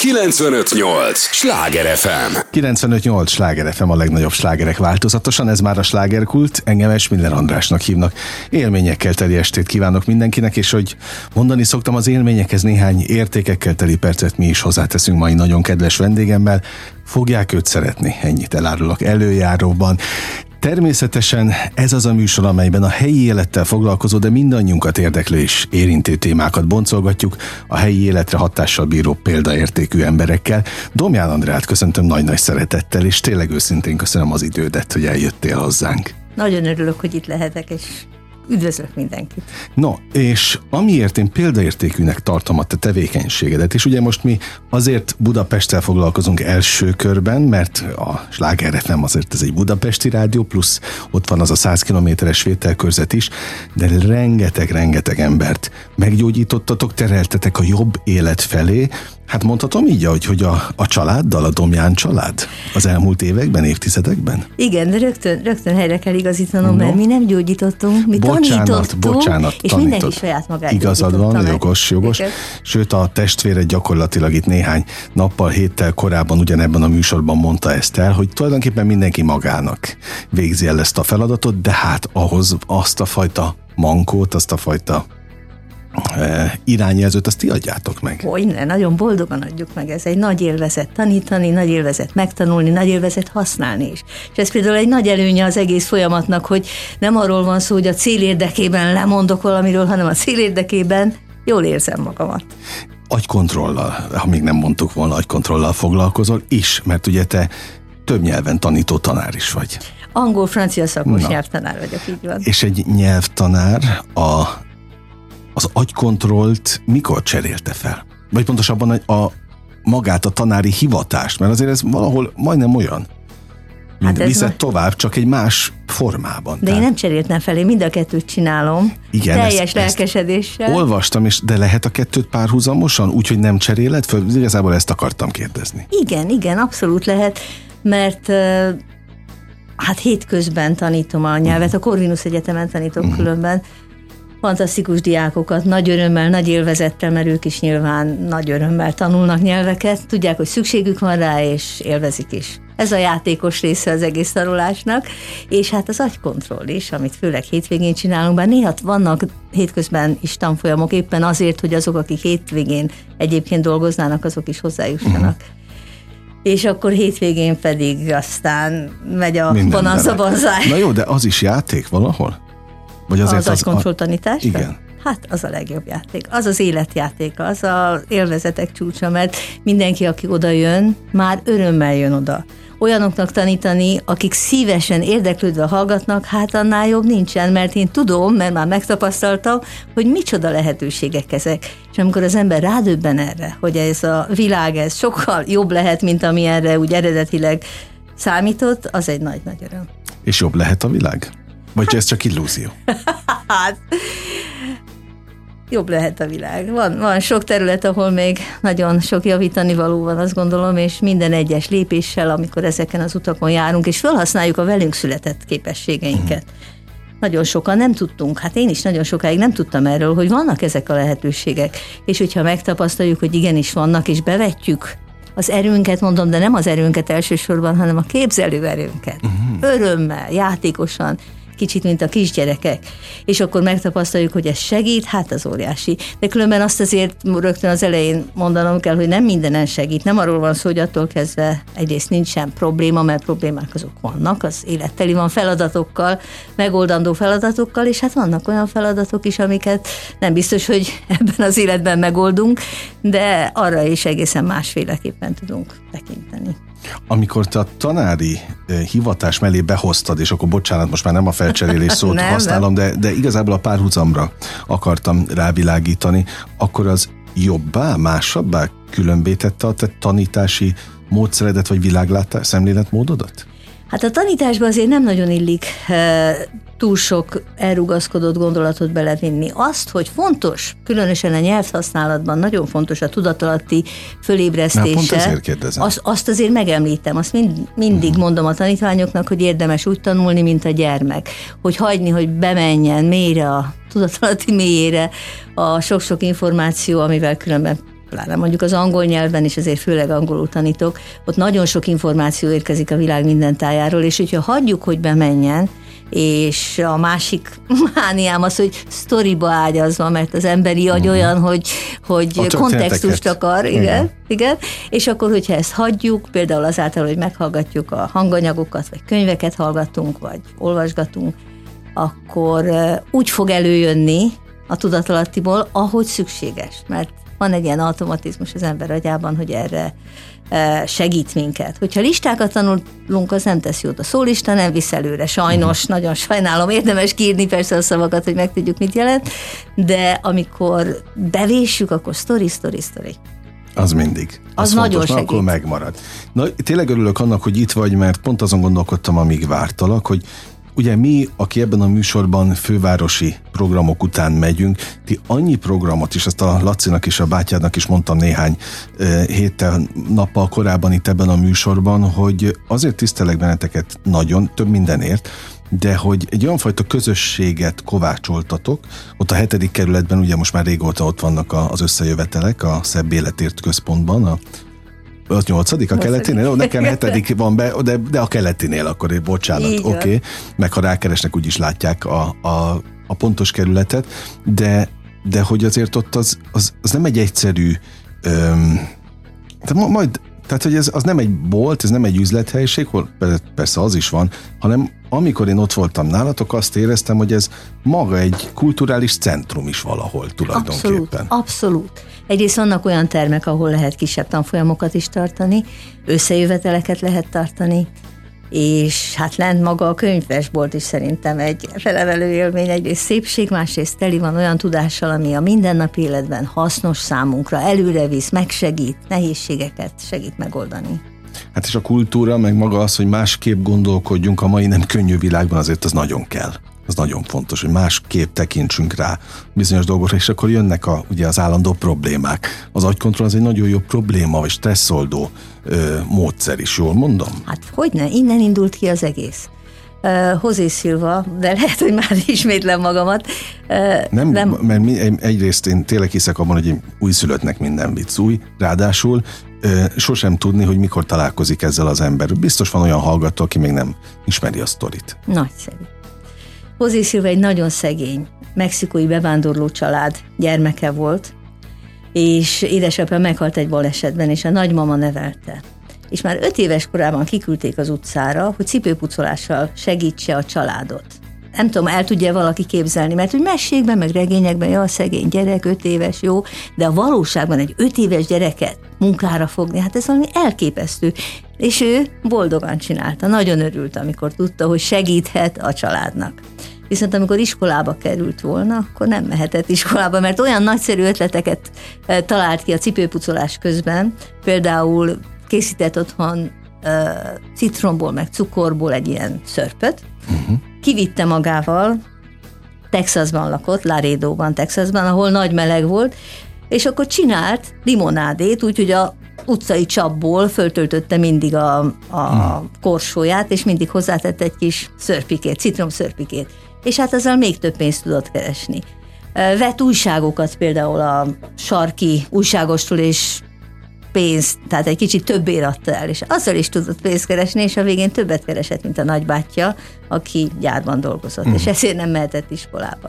95.8 Sláger FM. 95.8 Sláger FM, a legnagyobb slágerek változatosan, ez már a slágerkult, engem Esmiller Andrásnak hívnak. Élményekkel teli estét kívánok mindenkinek, és hogy mondani szoktam, az élményekhez néhány értékekkel teli percet mi is hozzáteszünk mai nagyon kedves vendégemmel. Fogják őt szeretni, ennyit elárulok előjáróban. Természetesen ez az a műsor, amelyben a helyi élettel foglalkozó, de mindannyiunkat érdeklő és érintő témákat boncolgatjuk a helyi életre hatással bíró példaértékű emberekkel. Domján Andrát köszöntöm nagy-nagy szeretettel, és tényleg őszintén köszönöm az idődet, hogy eljöttél hozzánk. Nagyon örülök, hogy itt lehetek, és üdvözlök mindenkit. No, és amiért én példaértékűnek tartom a te tevékenységedet, és ugye most mi azért Budapesttel foglalkozunk első körben, mert a Sláger FM azért ez egy budapesti rádió, plusz ott van az a 100 kilométeres vételkörzet is, de rengeteg embert meggyógyítottatok, tereltetek a jobb élet felé. Hát mondhatom így, hogy a családdal, a Domján család az elmúlt években, évtizedekben? Igen, de rögtön helyre kell igazítanom, mert mi nem gyógyítottunk, mi tanítottunk, és mindenki saját magát igazad van, jogos. Igen. Sőt, a testvére gyakorlatilag itt néhány nappal, héttel korábban ugyanebben a műsorban mondta ezt el, hogy tulajdonképpen mindenki magának végzi el ezt a feladatot, de hát ahhoz azt a fajta mankót, azt a fajta irányjelzőt, azt ti adjátok meg. Hogyne, nagyon boldogan adjuk meg. Ez egy nagy élvezet tanítani, nagy élvezet megtanulni, nagy élvezet használni is. És ez például egy nagy előnye az egész folyamatnak, hogy nem arról van szó, hogy a cél érdekében lemondok valamiről, hanem a cél érdekében jól érzem magamat. Agykontrollal, ha még nem mondtuk volna, agykontrollal foglalkozol is, mert ugye te több nyelven tanító tanár is vagy. Angol-francia szakos nyelvtanár vagyok, így van. És egy nyelvtanár az agykontrollt mikor cserélte fel? Vagy pontosabban magát a tanári hivatást, mert azért ez valahol majdnem olyan, mint viszed tovább, csak egy más formában. De én nem cseréltem fel, én mind a kettőt csinálom. Igen, teljes lelkesedéssel. Olvastam, de lehet a kettőt párhuzamosan, úgyhogy nem cseréled föl? Igazából ezt akartam kérdezni. Igen, abszolút lehet, mert hát hétközben tanítom a nyelvet, a Corvinus Egyetemen tanítok különben, fantasztikus diákokat, nagy örömmel, nagy élvezettel, mert ők is nyilván nagy örömmel tanulnak nyelveket, tudják, hogy szükségük van rá, és élvezik is. Ez a játékos része az egész tanulásnak, és hát az agykontroll is, amit főleg hétvégén csinálunk, bár néha vannak hétközben is tanfolyamok, éppen azért, hogy azok, akik hétvégén egyébként dolgoznának, azok is hozzájussanak. És akkor hétvégén pedig aztán megy a bonanza banzáj. Na jó, de az is játék valahol? Vagy az agykontroll tanítás? Igen. Hát az a legjobb játék. Az az életjáték, az az élvezetek csúcsa, mert mindenki, aki oda jön, már örömmel jön oda. Olyanoknak tanítani, akik szívesen érdeklődve hallgatnak, hát annál jobb nincsen, mert én tudom, mert már megtapasztaltam, hogy micsoda lehetőségek ezek. És amikor az ember rádöbben erre, hogy ez a világ, ez sokkal jobb lehet, mint ami erre úgy eredetileg számított, az egy nagy-nagy öröm. És jobb lehet a világ? Vagy ez csak illúzió? Hát, jobb lehet a világ. Van sok terület, ahol még nagyon sok javítani való van, azt gondolom, és minden egyes lépéssel, amikor ezeken az utakon járunk, és felhasználjuk a velünk született képességeinket. Nagyon sokan nem tudtunk, hát én is nagyon sokáig nem tudtam erről, hogy vannak ezek a lehetőségek, és hogyha megtapasztaljuk, hogy igenis vannak, és bevetjük az erőnket, mondom, de nem az erőnket elsősorban, hanem a képzelő erőnket. Örömmel, játékosan, kicsit, mint a kisgyerekek. És akkor megtapasztaljuk, hogy ez segít, hát az óriási. De különben azt azért rögtön az elején mondanom kell, hogy nem mindenen segít. Nem arról van szó, hogy attól kezdve egyrészt nincsen probléma, mert problémák azok vannak, az élet teli van feladatokkal, megoldandó feladatokkal, és hát vannak olyan feladatok is, amiket nem biztos, hogy ebben az életben megoldunk, de arra is egészen másféleképpen tudunk tekinteni. Amikor te a tanári hivatás mellé behoztad, és akkor bocsánat, most már nem a felcserélés szót használom, de igazából a párhuzamra akartam rávilágítani, akkor az jobbá, másabbá különbé tette a te tanítási módszeredet, vagy világlátás, szemléletmódodat? Hát a tanításban azért nem nagyon illik túl sok elrugaszkodott gondolatot belevinni. Azt, hogy fontos, különösen a nyelvhasználatban nagyon fontos a tudatalatti fölébresztése. Na, pont ezért kérdezem. Azt azért megemlítem, azt mindig mondom a tanítványoknak, hogy érdemes úgy tanulni, mint a gyermek. Hogy hagyni, hogy bemenjen mélyre a tudatalatti mélyére a sok-sok információ, amivel különben pláne mondjuk az angol nyelvben is, azért főleg angolul tanítok, ott nagyon sok információ érkezik a világ minden tájáról, és hogyha hagyjuk, hogy bemenjen, és a másik mániám az, hogy sztoriba ágyazva, mert az emberi agy olyan, hogy kontextust akar, igen. És akkor, hogyha ezt hagyjuk, például azáltal, hogy meghallgatjuk a hanganyagokat, vagy könyveket hallgatunk, vagy olvasgatunk, akkor úgy fog előjönni a tudatalattiból, ahogy szükséges, mert van egy ilyen automatizmus az ember agyában, hogy erre segít minket. Hogyha listákat tanulunk, az nem tesz jót. A szólista nem visz előre, sajnos, nagyon sajnálom, érdemes kiírni persze a szavakat, hogy megtudjuk, mit jelent, de amikor bevéssük, akkor sztori. Az mindig. Az nagyon segít. Akkor megmarad. Na, tényleg örülök annak, hogy itt vagy, mert pont azon gondolkodtam, amíg vártalak, hogy ugye mi, aki ebben a műsorban fővárosi programok után megyünk, ti annyi programot, és ezt a Lacinak és a bátyádnak is mondtam néhány nappal korábban itt ebben a műsorban, hogy azért tisztelek benneteket nagyon, több mindenért, de hogy egy olyan fajta közösséget kovácsoltatok, ott a 7. kerületben, ugye most már régóta ott vannak az összejövetelek, a Szebb Életért központban, az 8. a keletinél? Nekem 7. van be, de a keletinél akkor, bocsánat, oké. Meg ha rákeresnek, úgyis látják a pontos kerületet, de hogy azért ott az nem egy egyszerű tehát, hogy az nem egy bolt, ez nem egy üzlethelyiség, hol persze az is van, hanem amikor én ott voltam nálatok, azt éreztem, hogy ez maga egy kulturális centrum is valahol tulajdonképpen. Abszolút. Egyrészt vannak olyan termek, ahol lehet kisebb tanfolyamokat is tartani, összejöveteleket lehet tartani, és hát lent maga a könyvesbolt is szerintem egy felemelő élmény, egyrészt szépség, másrészt teli van olyan tudással, ami a mindennapi életben hasznos számunkra, előrevisz, megsegít, nehézségeket segít megoldani. Hát és a kultúra, meg maga az, hogy másképp gondolkodjunk a mai nem könnyű világban, azért az nagyon kell. Az nagyon fontos, hogy másképp tekintsünk rá bizonyos dolgokra, és akkor jönnek ugye az állandó problémák. Az agykontroll az egy nagyon jó probléma, vagy stresszoldó módszer is, jól mondom? Hát hogyne, innen indult ki az egész. José Silva, de lehet, hogy már ismétlem magamat. Mert egyrészt én tényleg hiszek abban, hogy újszülöttnek minden vicc új, ráadásul sosem tudni, hogy mikor találkozik ezzel az ember. Biztos van olyan hallgató, aki még nem ismeri a sztorit. Nagyszerű. José Silva egy nagyon szegény mexikói bevándorló család gyermeke volt, és édesapja meghalt egy balesetben, és a nagymama nevelte. És már 5 éves korában kiküldték az utcára, hogy cipőpucolással segítse a családot. Nem tudom, el tudja valaki képzelni, mert hogy mesékben, meg regényekben, a szegény gyerek, 5 éves, jó, de a valóságban egy 5 éves gyereket munkára fogni, hát ez valami elképesztő. És ő boldogan csinálta, nagyon örült, amikor tudta, hogy segíthet a családnak. Viszont amikor iskolába került volna, akkor nem mehetett iskolába, mert olyan nagyszerű ötleteket talált ki a cipőpucolás közben, például készített otthon citromból, meg cukorból egy ilyen szörpöt, kivitte magával, Texasban lakott, Laredóban, Texasban, ahol nagy meleg volt, és akkor csinált limonádét, úgyhogy a utcai csapból föltöltötte mindig a korsóját, és mindig hozzátett egy kis szörpikét, citromszörpikét. És hát azzal még több pénzt tudott keresni. Vett újságokat például a sarki újságostól, és pénzt, tehát egy kicsit többért adta el, és azzal is tudott pénzt keresni, és a végén többet keresett, mint a nagybátyja, aki gyárban dolgozott, és ezért nem mehetett iskolába.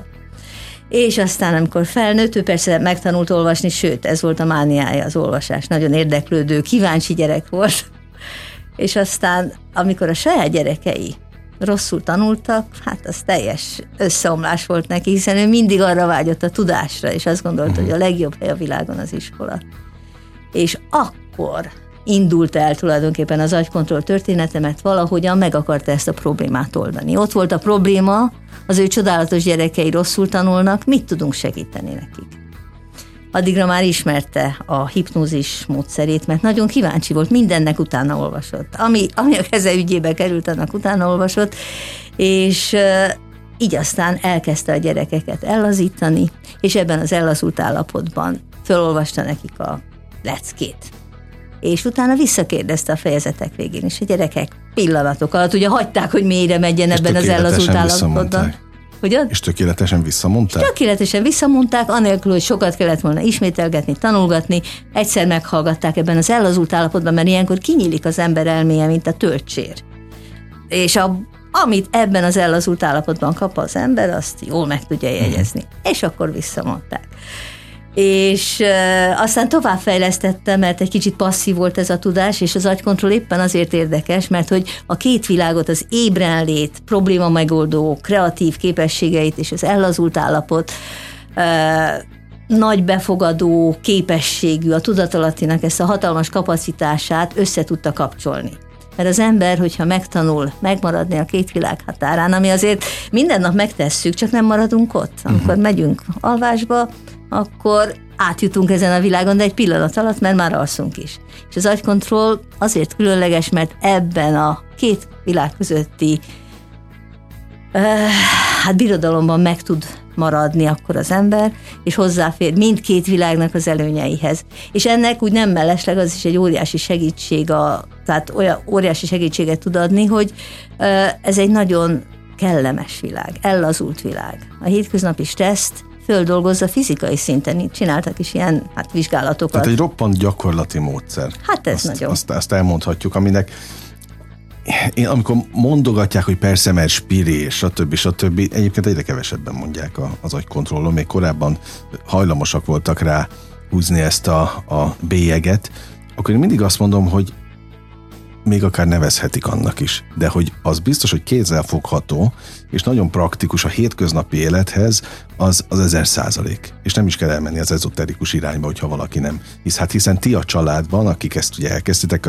És aztán, amikor felnőtt, ő persze megtanult olvasni, sőt, ez volt a mániája, az olvasás. Nagyon érdeklődő, kíváncsi gyerek volt. És aztán, amikor a saját gyerekei rosszul tanultak, hát az teljes összeomlás volt neki, hiszen ő mindig arra vágyott a tudásra, és azt gondolta, hogy a legjobb hely a világon az iskola. És akkor indult el tulajdonképpen az agykontroll története, mert valahogyan meg akarta ezt a problémát oldani. Ott volt a probléma, az ő csodálatos gyerekei rosszul tanulnak, mit tudunk segíteni nekik? Addigra már ismerte a hipnózis módszerét, mert nagyon kíváncsi volt, mindennek utána olvasott. Ami a keze ügyébe került, annak utána olvasott, és így aztán elkezdte a gyerekeket ellazítani, és ebben az ellazult állapotban felolvasta nekik a leckét. És utána visszakérdezte a fejezetek végén, és a gyerekek pillanatok alatt ugye hagyták, hogy mélyre menjen ebben az ellazult állapotban. Hogyan? És tökéletesen visszamondták? Tökéletesen visszamondták, anélkül, hogy sokat kellett volna ismételgetni, tanulgatni. Egyszer meghallgatták ebben az ellazult állapotban, mert ilyenkor kinyílik az ember elméje, mint a tölcsér. És amit ebben az ellazult állapotban kap az ember, azt jól meg tudja jegyezni. És akkor visszamondták. És aztán továbbfejlesztettem, mert egy kicsit passzív volt ez a tudás, és az agykontroll éppen azért érdekes, mert hogy a két világot, az ébrenlét, probléma megoldó, kreatív képességeit és az ellazult állapot, nagy befogadó képességű, a tudatalattinak ezt a hatalmas kapacitását össze tudta kapcsolni. Mert az ember, hogyha megtanul megmaradni a két világ határán, ami azért minden nap megtesszük, csak nem maradunk ott. Amikor megyünk alvásba, akkor átjutunk ezen a világon, de egy pillanat alatt, mert már alszunk is. És az agykontroll azért különleges, mert ebben a két világ közötti birodalomban meg tud maradni akkor az ember, és hozzáfér mindkét világnak az előnyeihez. És ennek úgy nem mellesleg az is egy óriási segítség, tehát olyan óriási segítséget tud adni, hogy ez egy nagyon kellemes világ, ellazult világ. A hétköznapi stresszt földolgozza fizikai szinten, csináltak is ilyen vizsgálatokat. Tehát egy roppant gyakorlati módszer. Hát ez nagyon. Azt elmondhatjuk, aminek amikor mondogatják, hogy persze, mert spiri, és stb. Egyébként egyre kevesebben mondják az agykontrollon, még korábban hajlamosak voltak rá húzni ezt a bélyeget, akkor én mindig azt mondom, hogy még akár nevezhetik annak is, de hogy az biztos, hogy kézzelfogható, és nagyon praktikus a hétköznapi élethez, az 1000%. És nem is kell elmenni az ezoterikus irányba, hogyha valaki nem hisz. Hát hiszen ti a családban, akik ezt ugye elkezdtétek,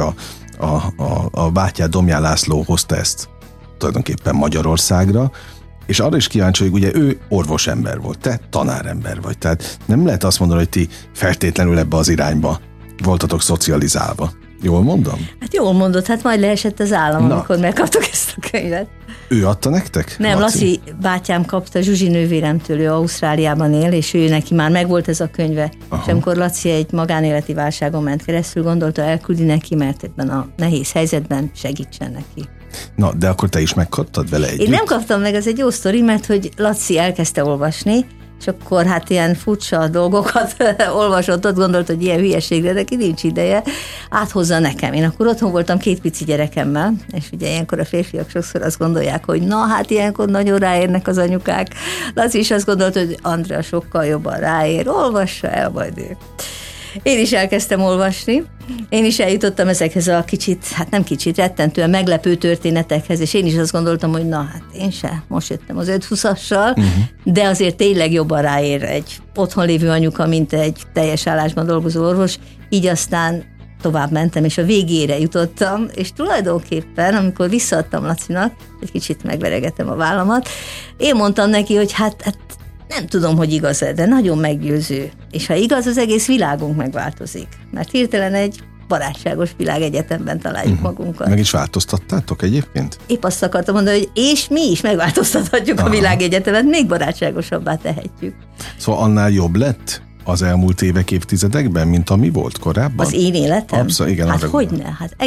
a bátyád Domján László hozta ezt tulajdonképpen Magyarországra, és arra is kíváncsi, hogy ugye ő orvosember volt, te tanárember vagy. Tehát nem lehet azt mondani, hogy ti feltétlenül ebbe az irányba voltatok szocializálva. Jól mondom? Hát jól mondod, hát majd leesett az állam, amikor megkaptuk ezt a könyvet. Ő adta nektek? Nem, Laci bátyám kapta, Zsuzsi nővéremtől, ő Ausztráliában él, és ő neki már megvolt ez a könyve. Aha. És amikor Laci egy magánéleti válságon ment keresztül, gondolta, elküldi neki, mert ebben a nehéz helyzetben segítsen neki. Na, de akkor te is megkaptad vele együtt? Én nem kaptam meg, ez egy jó sztori, mert hogy Laci elkezdte olvasni, és akkor hát ilyen furcsa dolgokat olvasott, ott gondolt, hogy ilyen hülyeségre, neki nincs ideje, áthozza nekem. Én akkor otthon voltam 2 pici gyerekemmel, és ugye ilyenkor a férfiak sokszor azt gondolják, hogy na hát ilyenkor nagyon ráérnek az anyukák. Laci is azt gondolt, hogy Andrea sokkal jobban ráér, olvassa el majd ő. Én is elkezdtem olvasni, én is eljutottam ezekhez a kicsit, hát nem kicsit, rettentően meglepő történetekhez, és én is azt gondoltam, hogy na hát én se, most jöttem az 5-20-assal, de azért tényleg jobban ráér egy otthon lévő anyuka, mint egy teljes állásban dolgozó orvos, így aztán tovább mentem, és a végére jutottam, és tulajdonképpen, amikor visszaadtam Lacinak, egy kicsit megveregettem a vállamat, én mondtam neki, hogy hát nem tudom, hogy igaz-e, de nagyon meggyőző. És ha igaz, az egész világunk megváltozik. Mert hirtelen egy barátságos világegyetemben találjuk magunkat. Meg is változtattátok egyébként? Épp azt akartam mondani, hogy és mi is megváltoztathatjuk a világegyetemet, még barátságosabbá tehetjük. Szóval annál jobb lett az elmúlt évek, évtizedekben, mint ami volt korábban? Az én életem? Abszolút, igen. Hát hogyne? Hát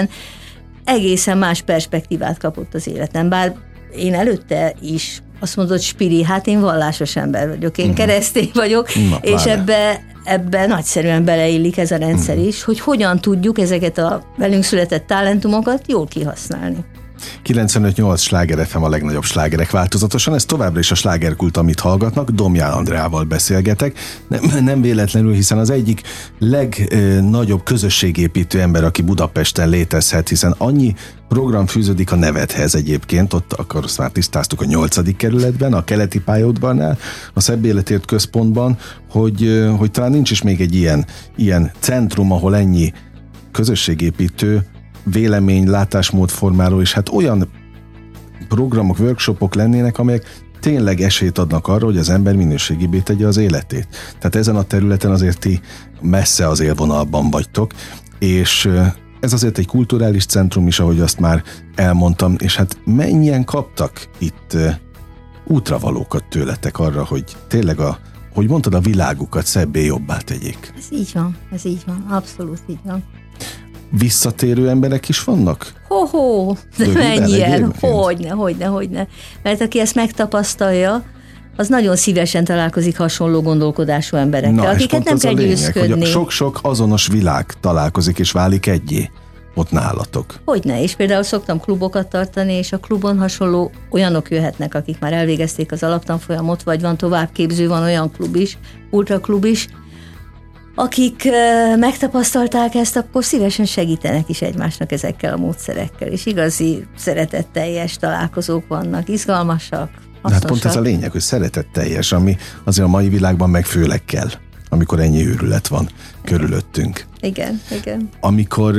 egészen más perspektívát kapott az életem. Bár én előtte is azt mondod, spiri, hát én vallásos ember vagyok, én keresztény vagyok, és ebbe nagyszerűen beleillik ez a rendszer is, hogy hogyan tudjuk ezeket a velünk született talentumokat jól kihasználni. 95.8 Sláger FM a legnagyobb slágerek változatosan, ez továbbra is a slágerkult, amit hallgatnak, Domján Andreával beszélgetek, nem véletlenül, hiszen az egyik legnagyobb közösségépítő ember, aki Budapesten létezhet, hiszen annyi program fűződik a nevedhez egyébként, ott akkor azt már tisztáztuk a 8. kerületben, a Keleti pályaudvarnál, a Szebb Életért Központban, hogy talán nincs is még egy ilyen centrum, ahol ennyi közösségépítő vélemény, látásmódformáló, és hát olyan programok, workshopok lennének, amelyek tényleg esélyt adnak arra, hogy az ember minőségibbé tegye az életét. Tehát ezen a területen azért ti messze az élvonalban vagytok, és ez azért egy kulturális centrum is, ahogy azt már elmondtam, és hát mennyien kaptak itt útravalókat tőletek arra, hogy tényleg hogy mondtad, a világukat szebbé, jobbá tegyék. Ez így van, abszolút így van. visszatérő emberek is vannak? Mennyien, hogyne. Mert aki ezt megtapasztalja, az nagyon szívesen találkozik hasonló gondolkodású emberekkel, akiket nem kell győzködni. Hogy sok-sok azonos világ találkozik és válik egyé ott nálatok. Hogyne, és például szoktam klubokat tartani, és a klubon hasonló olyanok jöhetnek, akik már elvégezték az alaptanfolyamot, vagy van továbbképző, van olyan klub is, ultraklub is, akik megtapasztalták ezt, akkor szívesen segítenek is egymásnak ezekkel a módszerekkel, és igazi szeretetteljes találkozók vannak, izgalmasak, hasznosak. Hát pont ez a lényeg, hogy szeretetteljes, ami azért a mai világban meg főleg kell, amikor ennyi őrület van körülöttünk. Igen. Amikor,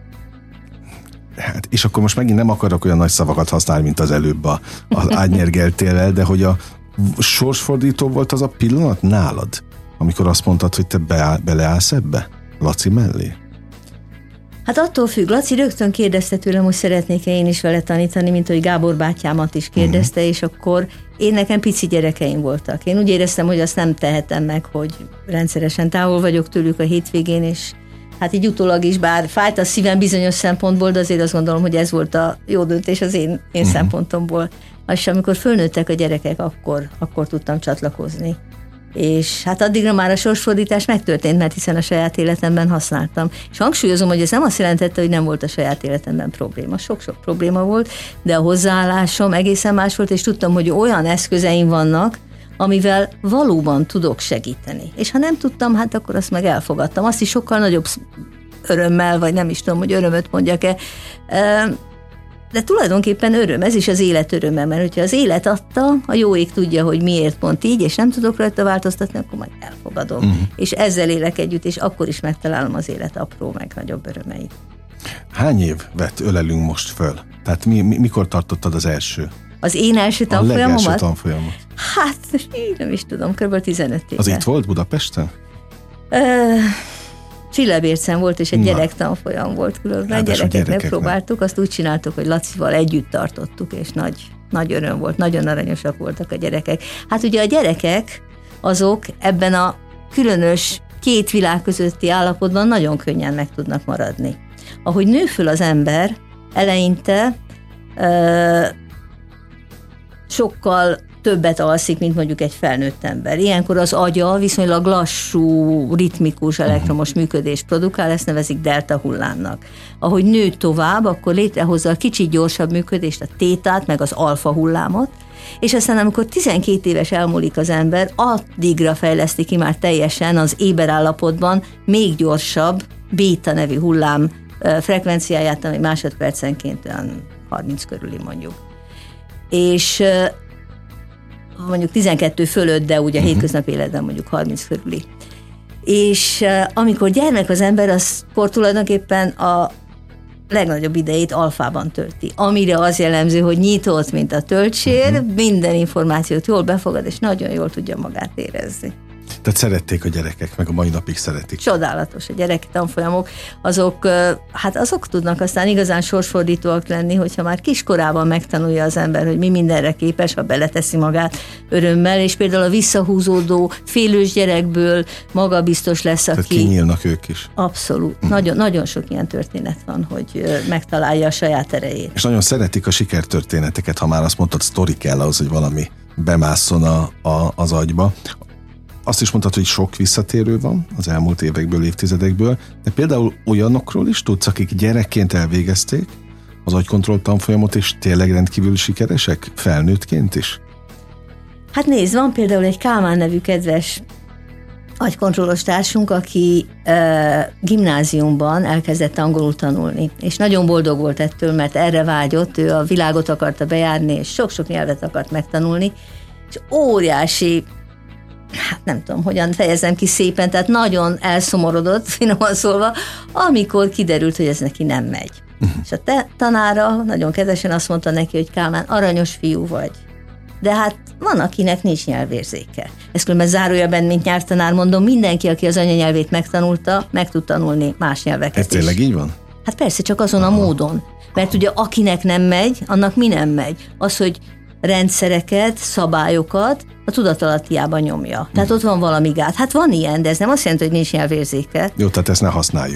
hát, és akkor most megint nem akarok olyan nagy szavakat használni, mint az előbb az átnyergeltél, de hogy a sorsfordító volt az a pillanat nálad, amikor azt mondtad, hogy te beleállsz ebbe? Laci mellé? Hát attól függ, Laci rögtön kérdezte tőlem, hogy szeretnék-e én is vele tanítani, mint hogy Gábor bátyámat is kérdezte, és akkor nekem pici gyerekeim voltak. Én úgy éreztem, hogy azt nem tehetem meg, hogy rendszeresen távol vagyok tőlük a hétvégén, és hát így utólag is, bár fájt a szívem bizonyos szempontból, de azért azt gondolom, hogy ez volt a jó döntés az én szempontomból. És amikor fölnőttek a gyerekek, akkor tudtam csatlakozni. És hát addigra már a sorsfordítás megtörtént, mert hiszen a saját életemben használtam. És hangsúlyozom, hogy ez nem azt jelentette, hogy nem volt a saját életemben probléma. Sok-sok probléma volt, de a hozzáállásom egészen más volt, és tudtam, hogy olyan eszközeim vannak, amivel valóban tudok segíteni. És ha nem tudtam, hát akkor azt meg elfogadtam. Azt is sokkal nagyobb örömmel, vagy nem is tudom, hogy örömöt mondjak-e, de tulajdonképpen öröm, ez is az élet öröme, mert hogyha az élet adta, a jó ég tudja, hogy miért pont így, és nem tudok rajta változtatni, akkor majd elfogadom. És ezzel élek együtt, és akkor is megtalálom az élet apró, meg nagyobb örömeit. Hány évet ölelünk most föl? Tehát mikor tartottad az első? Az én első tanfolyamomat? A legelső tanfolyamot. Hát, nem is tudom, kb. 15 éve. Az itt volt Budapesten? Csillebércen volt, és egy gyerektanfolyam volt különben. Gyerekek megpróbáltuk, azt úgy csináltuk, hogy Lacival együtt tartottuk, és nagy öröm volt, nagyon aranyosak voltak a gyerekek. Hát ugye a gyerekek azok ebben a különös két világ közötti állapotban nagyon könnyen meg tudnak maradni. Ahogy nő föl az ember, eleinte sokkal többet alszik, mint mondjuk egy felnőtt ember. Ilyenkor az agya viszonylag lassú, ritmikus elektromos működést produkál, ezt nevezik delta hullámnak. Ahogy nő tovább, akkor létrehozza a kicsit gyorsabb működést, a tétát, meg az alfa hullámot, és aztán amikor 12 éves elmúlik az ember, addigra fejleszti ki már teljesen az éber állapotban még gyorsabb béta nevű hullám frekvenciáját, ami másodpercenként olyan 30 körüli mondjuk. És mondjuk 12 fölött, de ugye hétköznapi életben mondjuk 30 körüli. És amikor gyermek az ember, akkor tulajdonképpen a legnagyobb idejét alfában tölti. Amire az jellemző, hogy nyitott, mint a töltsér, minden információt jól befogad, és nagyon jól tudja magát érezni. Tehát szerették a gyerekek, meg a mai napig szeretik. Csodálatos a gyerek tanfolyamok, azok tudnak aztán igazán sorsfordítóak lenni, hogyha már kiskorában megtanulja az ember, hogy mi mindenre képes, ha beleteszi magát örömmel, és például a visszahúzódó félős gyerekből magabiztos lesz, aki... Tehát kinyílnak ők is. Abszolút. Nagyon, nagyon sok ilyen történet van, hogy megtalálja a saját erejét. És nagyon szeretik a sikertörténeteket, ha már azt mondtad, sztori kell ahhoz, hogy valami bemásszon az agyba. Azt is mondtad, hogy sok visszatérő van az elmúlt évekből, évtizedekből, de például olyanokról is tudsz, akik gyerekként elvégezték az agykontroll tanfolyamot, és tényleg rendkívül sikeresek, felnőttként is? Hát nézd, van például egy Kálmán nevű kedves agykontrollos társunk, aki gimnáziumban elkezdett angolul tanulni, és nagyon boldog volt ettől, mert erre vágyott, ő a világot akarta bejárni, és sok-sok nyelvet akart megtanulni, és óriási, hát nem tudom, hogyan fejezem ki szépen, tehát nagyon elszomorodott, finoman szólva, amikor kiderült, hogy ez neki nem megy. És a tanára nagyon kedvesen azt mondta neki, hogy Kálmán, aranyos fiú vagy. De hát van, akinek nincs nyelvérzéke. Ezt különben zárójelben, mint nyelvtanár mondom, mindenki, aki az anyanyelvét megtanulta, meg tud tanulni más nyelveket is. Ez tényleg így van? Hát persze, csak azon a módon. Mert ugye akinek nem megy, annak mi nem megy? Az, hogy rendszereket, szabályokat a tudatalattiában nyomja. Tehát ott van valami gát. Hát van ilyen, de ez nem azt jelenti, hogy nincs nyelvérzéke. Jó, tehát ezt ne használjuk.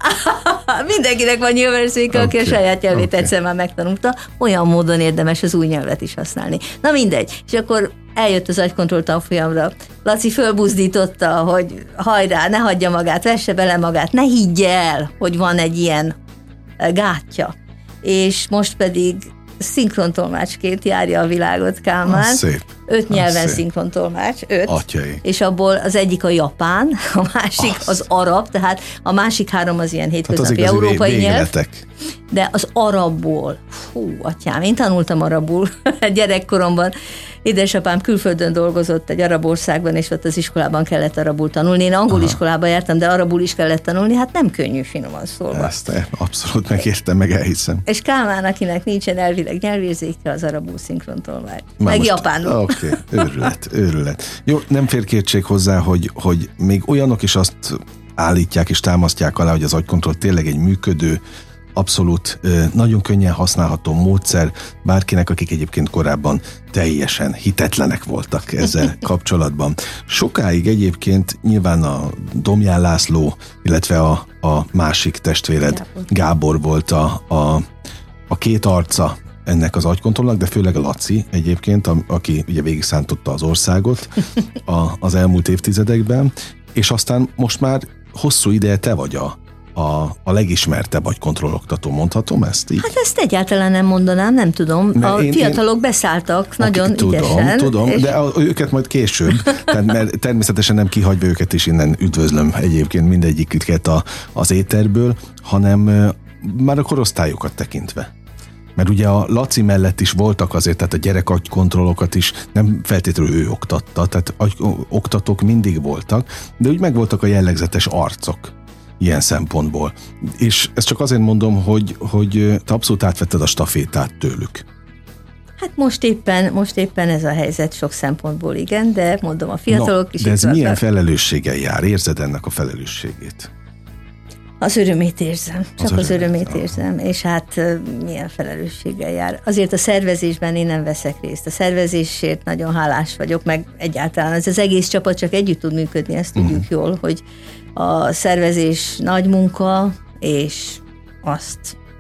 Mindenkinek van nyilvánossége, aki a saját nyelvét egyszer már megtanulta, olyan módon érdemes az új nyelvet is használni. Na mindegy, és akkor eljött az agykontroll tanfolyamra. Laci fölbuzdította, hogy hajrá, ne hagyja magát, vesse bele magát, ne higgye el, hogy van egy ilyen gátja. És most pedig szinkrontolmácsként járja a világot Kálmán. Szép. 5 nyelven szinkrontolmács, 5. Atyai. És abból az egyik a japán, a másik az arab, tehát a másik 3 az ilyen hétköznapi európai nyelv. De az arabból, atyám, én tanultam arabul gyerekkoromban. Édesapám külföldön dolgozott egy arab országban, és ott az iskolában kellett arabul tanulni. Én angol iskolába jártam, de arabul is kellett tanulni, hát nem könnyű, finoman szólva. Ezt abszolút megértem, meg elhiszem. És Kálmán, akinek nincsen elvileg nyelvérzéke, az arabul szinkrontolmács. Meg japánul. Oké, őrület. Jó, nem fér kétség hozzá, hogy még olyanok is azt állítják és támasztják alá, hogy az agykontroll tényleg egy működő, abszolút nagyon könnyen használható módszer bárkinek, akik egyébként korábban teljesen hitetlenek voltak ezzel kapcsolatban. Sokáig egyébként nyilván a Domján László, illetve a másik testvéred Gábor volt a két arca ennek az agykontrollnak, de főleg a Laci egyébként, aki ugye végigszántotta az országot az elmúlt évtizedekben, és aztán most már hosszú ideje te vagy a legismertebb agykontrolloktató, mondhatom ezt így? Hát ezt egyáltalán nem mondanám, nem tudom. Fiatalok beszálltak nagyon ügyesen. Tudom, de őket majd később, mert természetesen nem kihagyva őket is innen üdvözlöm egyébként mindegyiküket az éterből, hanem már a korosztályokat tekintve. Mert ugye a Laci mellett is voltak azért, tehát a gyerekagykontrollokat is nem feltétlenül ő oktatta, tehát oktatók mindig voltak, de úgy megvoltak a jellegzetes arcok ilyen szempontból. És ezt csak azért mondom, hogy te abszolút átvetted a stafétát tőlük. Hát most éppen ez a helyzet sok szempontból, igen, de mondom, a fiatalok is... De ez milyen felelősséggel jár? Érzed ennek a felelősségét? Az örömét érzem, csak az örömét érzem, és hát milyen felelősséggel jár. Azért a szervezésben én nem veszek részt. A szervezésért nagyon hálás vagyok, meg egyáltalán az egész csapat csak együtt tud működni, ezt tudjuk jól, hogy a szervezés nagy munka, és azt...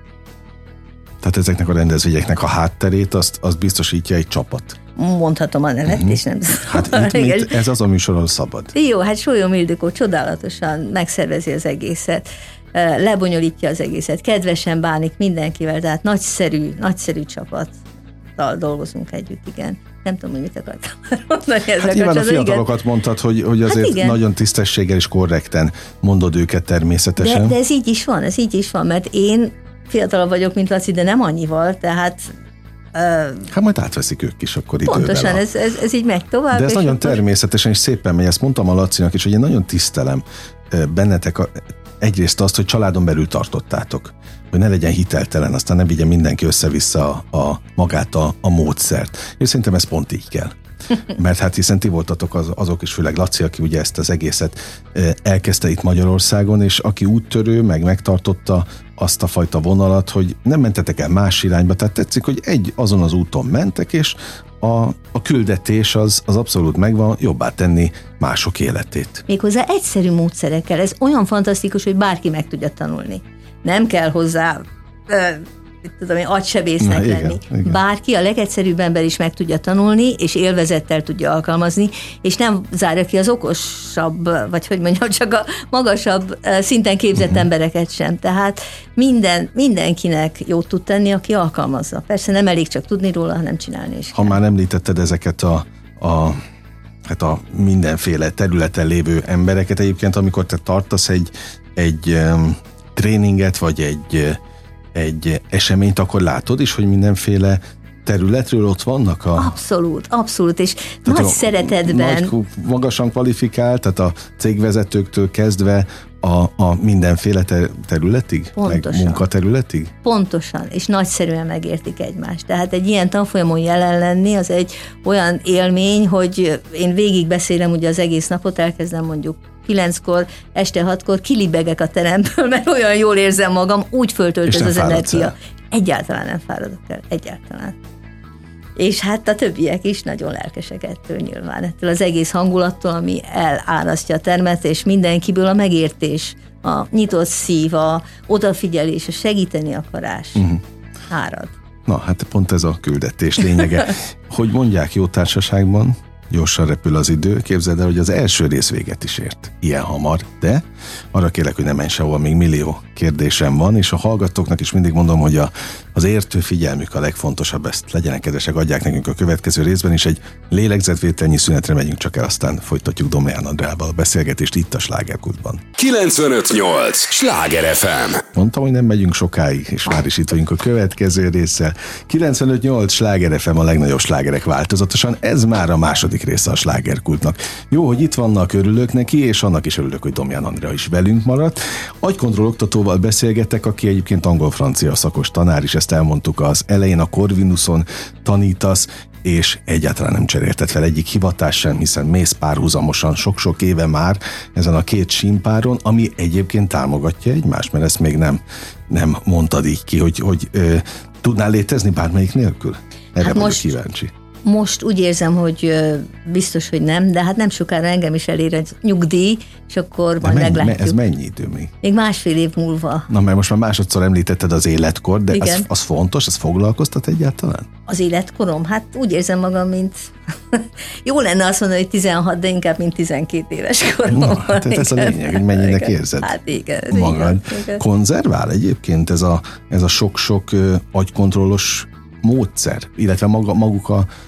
Tehát ezeknek a rendezvényeknek a hátterét, azt biztosítja egy csapat. Mondhatom a nevet, és nem Hát ez az a műsor, ahol szabad. Jó, hát Sólyom Ildikó csodálatosan megszervezi az egészet, lebonyolítja az egészet, kedvesen bánik mindenkivel, tehát nagyszerű csapattal dolgozunk együtt, igen. Nem tudom, hogy mit akartam mondani ezzel. Hát nyilván a fiatalokat mondtad, hogy azért nagyon tisztességgel és korrekten mondod őket természetesen. De ez így is van, mert én fiatalabb vagyok, mint Laci, de nem annyival, tehát... Hát majd átveszik ők is akkor idővel. Pontosan, ez így megy tovább. De ez nagyon természetesen és szépen megy. Ezt mondtam a Lacinak is, hogy én nagyon tisztelem bennetek egyrészt azt, hogy családon belül tartottátok, hogy ne legyen hiteltelen, aztán nem vigye mindenki össze-vissza magát a módszert. És szerintem ez pont így kell. Mert hát hiszen ti voltatok azok is, főleg Laci, aki ugye ezt az egészet elkezdte itt Magyarországon, és aki úttörő, meg megtartotta azt a fajta vonalat, hogy nem mentetek el más irányba, tehát tetszik, hogy azon az úton mentek, és a küldetés az abszolút megvan, jobbá tenni mások életét. Méghozzá egyszerű módszerekkel, ez olyan fantasztikus, hogy bárki meg tudja tanulni. Nem kell hozzá agysebésznek lenni. Igen. Bárki, a legegyszerűbb ember is meg tudja tanulni, és élvezettel tudja alkalmazni, és nem zárja ki az okosabb, vagy hogy mondjam, csak a magasabb szinten képzett embereket sem. Tehát mindenkinek jót tud tenni, aki alkalmazza. Persze nem elég csak tudni róla, hanem csinálni is. Ha már említetted ezeket a mindenféle területen lévő embereket, egyébként amikor te tartasz egy tréninget, vagy egy eseményt, akkor látod is, hogy mindenféle területről ott vannak? Abszolút, és tehát nagy szeretetben. Magasan kvalifikált, tehát a cégvezetőktől kezdve a mindenféle területig? Pontosan. Meg munkaterületig? Pontosan, és nagyszerűen megértik egymást. Tehát egy ilyen tanfolyamon jelen lenni, az egy olyan élmény, hogy én végig beszélem ugye az egész napot, elkezdem mondjuk 9-kor, este 6-kor kilibegek a teremből, mert olyan jól érzem magam, úgy föltölt ez az energia. Egyáltalán nem fáradok el, egyáltalán. És hát a többiek is nagyon lelkesek ettől nyilván, ettől az egész hangulattól, ami elárasztja a termet, és mindenkiből a megértés a nyitott szív, a odafigyelés, a segíteni akarás árad. Na, hát pont ez a küldetés lényege. Hogy mondják, jó társaságban gyorsan repül az idő. Képzeld el, hogy az első rész véget is ért. Ilyen hamar, de arra kérlek, hogy ne menj sehova, még millió kérdésem van, és a hallgatóknak is mindig mondom, hogy az értő figyelmük a legfontosabb, ezt legyenek kedvesek, adják nekünk a következő részben, és egy lélegzetvételnyi szünetre megyünk csak el, aztán folytatjuk Domján Andrával a beszélgetést itt a Slágerkultban. 95.8 Sláger FM. Mondtam, hogy nem megyünk sokáig, és már is itt vagyunk a következő résszel. 95.8 Sláger FM, a legnagyobb slágerek változatosan, ez már a második része a Slágerkultnak. Jó, hogy itt vannak, örülök neki, és annak is örülök, hogy Domján Andrea is velünk maradt. Agykontroll oktatóval beszélgetek, aki egyébként angol-francia szakos tanár, és ezt elmondtuk az elején, a Corvinuson tanítasz, és egyáltalán nem cserélted fel egyik hivatás sem, hiszen mész párhuzamosan sok-sok éve már ezen a két sínpáron, ami egyébként támogatja egymást, mert ezt még nem mondtad így ki, hogy tudnál létezni bármelyik nélkül? Erre hát vagyok kíváncsi. Most úgy érzem, hogy biztos, hogy nem, de hát nem sokára engem is elér egy nyugdíj, és akkor majd meglátjuk. Ez mennyi idő még? Még másfél év múlva. Na, mert most már másodszor említetted az életkor, de az fontos, az foglalkoztat egyáltalán? Az életkorom? Hát úgy érzem magam, mint... Jó lenne azt mondani, hogy 16, de inkább, mint 12 éves korom. Na, tehát ez a lényeg, hogy mennyinek érzed hát igen, magad. Igen. Konzervál egyébként ez a sok-sok agykontrollos módszer, illetve maguk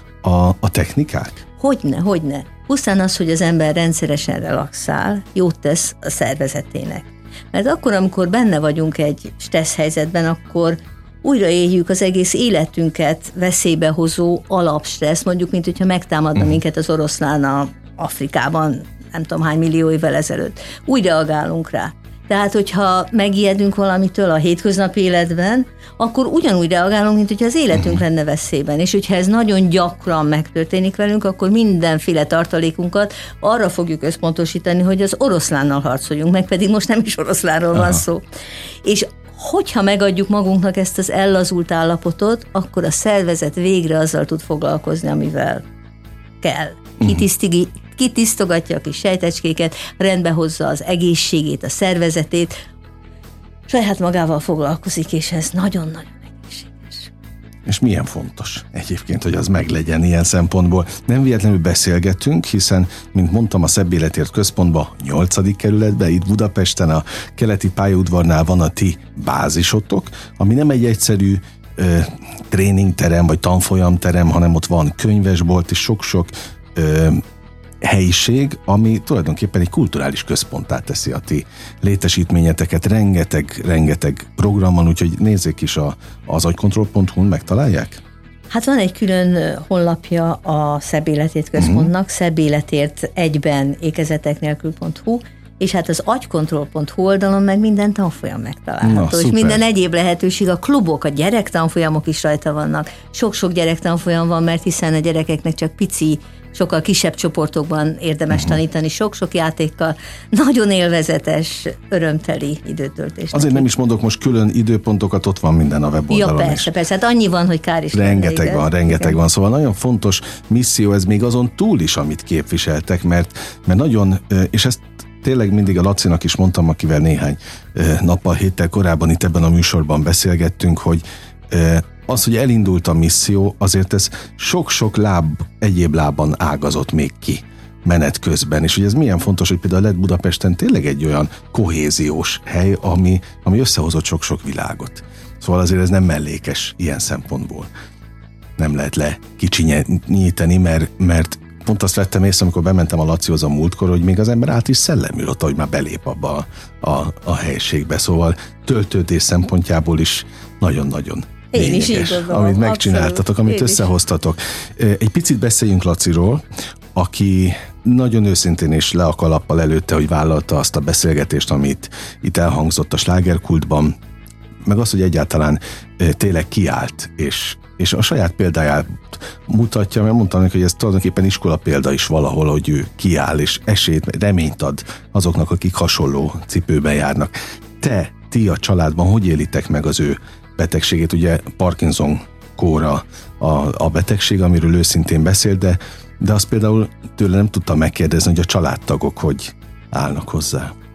a technikák? Hogyne. Pusztán az, hogy az ember rendszeresen relaxál, jót tesz a szervezetének. Mert akkor, amikor benne vagyunk egy stressz helyzetben, akkor újra éljük az egész életünket veszélybe hozó alapstressz, mondjuk, mint hogyha megtámadna minket az oroszlán Afrikában, nem tudom hány millió évvel ezelőtt. Úgy reagálunk rá. Tehát, hogyha megijedünk valamitől a hétköznapi életben, akkor ugyanúgy reagálunk, mint hogyha az életünk lenne veszélyben. És hogyha ez nagyon gyakran megtörténik velünk, akkor mindenféle tartalékunkat arra fogjuk összpontosítani, hogy az oroszlánnal harcoljunk, meg pedig most nem is oroszlánról van szó. És hogyha megadjuk magunknak ezt az ellazult állapotot, akkor a szervezet végre azzal tud foglalkozni, amivel kell. Kitisztogatja a kis sejtecskéket, rendbe hozza az egészségét, a szervezetét, saját magával foglalkozik, és ez nagyon-nagyon egészséges. És milyen fontos egyébként, hogy az meglegyen ilyen szempontból. Nem véletlenül beszélgetünk, hiszen, mint mondtam, a Szebb Életért Központban, 8. kerületben, itt Budapesten, a Keleti pályaudvarnál van a ti bázisotok, ami nem egy egyszerű tréningterem, vagy tanfolyamterem, hanem ott van könyvesbolt, és sok-sok helyiség, ami tulajdonképpen egy kulturális központtá teszi a ti létesítményeteket, rengeteg program van, úgyhogy nézzék is az agykontroll.hu-n, megtalálják? Hát van egy külön honlapja a Szebb Életért Központnak, Szebb Életért egyben ékezeteknélkül.hu, és hát az agykontroll.hu oldalon meg minden tanfolyam megtalálható, és minden egyéb lehetőség, a klubok, a gyerektanfolyamok is rajta vannak. Sok-sok gyerektanfolyam van, mert hiszen a gyerekeknek csak pici, sokkal kisebb csoportokban érdemes tanítani, sok-sok játékkal, nagyon élvezetes, örömteli időtöltés. Azért nem is mondok most külön időpontokat, ott van minden a weboldalon. Ja, persze, hát annyi van, hogy kár is. Rengeteg van, szóval nagyon fontos misszió ez még azon túl is, amit képviseltek, mert nagyon, és ezt tényleg mindig a Lacinak is mondtam, akivel néhány nappal, héttel korábban itt ebben a műsorban beszélgettünk, hogy az, hogy elindult a misszió, azért ez sok-sok egyéb lábban ágazott még ki menet közben, és hogy ez milyen fontos, hogy például lett Budapesten tényleg egy olyan kohéziós hely, ami összehozott sok-sok világot. Szóval azért ez nem mellékes ilyen szempontból. Nem lehet lekicsinyíteni, mert pont azt vettem észre, amikor bementem a Lacihoz a múltkor, hogy még az ember át is szellemül ott, hogy már belép abba a helyiségbe. Szóval töltődés szempontjából is nagyon-nagyon lényeges, én is így gondolom, amit megcsináltatok, amit összehoztatok. Egy picit beszéljünk Laciról, aki nagyon őszintén és le a kalappal előtte, hogy vállalta azt a beszélgetést, amit itt elhangzott a Slágerkultban, meg az, hogy egyáltalán tényleg kiállt, és a saját példáját mutatja, mert mondtam neki, hogy ez tulajdonképpen iskola példa is valahol, hogy ő kiáll, és esélyt, reményt ad azoknak, akik hasonló cipőben járnak. Ti a családban hogy élitek meg az ő betegségét? Ugye Parkinson-kóra a betegség, amiről őszintén beszél, de azt például tőle nem tudtam megkérdezni, hogy a családtagok hogy állnak hozzá.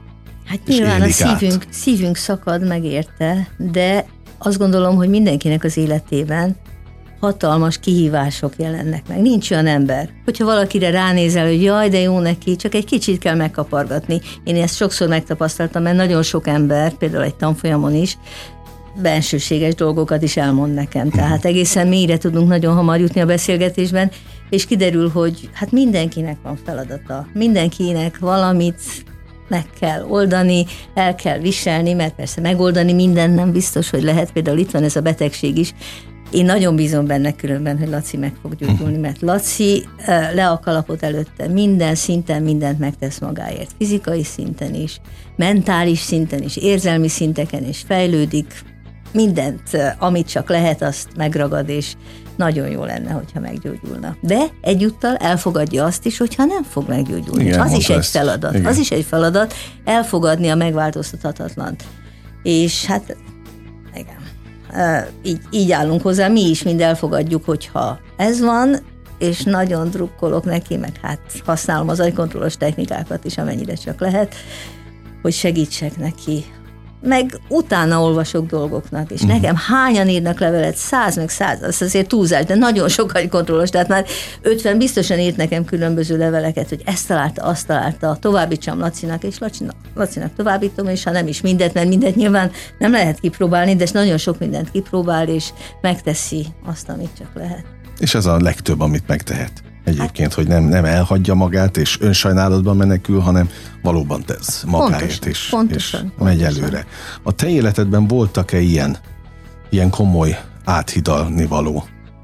Hát nyilván a szívünk szakad meg érte, de azt gondolom, hogy mindenkinek az életében hatalmas kihívások jelennek meg. Nincs olyan ember, hogyha valakire ránézel, hogy jaj, de jó neki, csak egy kicsit kell megkapargatni. Én ezt sokszor megtapasztaltam, mert nagyon sok ember, például egy tanfolyamon is, bensőséges dolgokat is elmond nekem. Tehát egészen mélyre tudunk nagyon hamar jutni a beszélgetésben, és kiderül, hogy hát mindenkinek van feladata, mindenkinek valamit meg kell oldani, el kell viselni, mert persze megoldani mindent nem biztos, hogy lehet. Például itt van ez a betegség is. Én nagyon bízom benne különben, hogy Laci meg fog gyógyulni, mert Laci le a kalapot előtte, minden szinten mindent megtesz magáért. Fizikai szinten is, mentális szinten is, érzelmi szinteken is fejlődik, mindent, amit csak lehet, azt megragad, és nagyon jó lenne, hogyha meggyógyulna. De egyúttal elfogadja azt is, hogyha nem fog meggyógyulni. Igen, az is egy feladat. Igen. Az is egy feladat, elfogadni a megváltoztathatatlant. És hát igen, így állunk hozzá, mi is mind elfogadjuk, hogyha ez van, és nagyon drukkolok neki, meg hát használom az agykontrollos technikákat is, amennyire csak lehet, hogy segítsek neki. Meg utána olvasok dolgoknak, és nekem hányan írnak levelet, 100 meg 100, az azért túlzás, de nagyon sok agykontrollos, tehát már 50 biztosan írt nekem különböző leveleket, hogy ezt találta, azt találta, továbbítsam Lacinak, és Lacinak továbbítom, és ha nem is mindent, mert mindent nyilván nem lehet kipróbálni, de nagyon sok mindent kipróbál, és megteszi azt, amit csak lehet. És ez a legtöbb, amit megtehet. Egyébként, hogy nem elhagyja magát, és önsajnálatban menekül, hanem valóban tesz magáért, és megy előre. A te életedben voltak-e ilyen komoly áthidalni való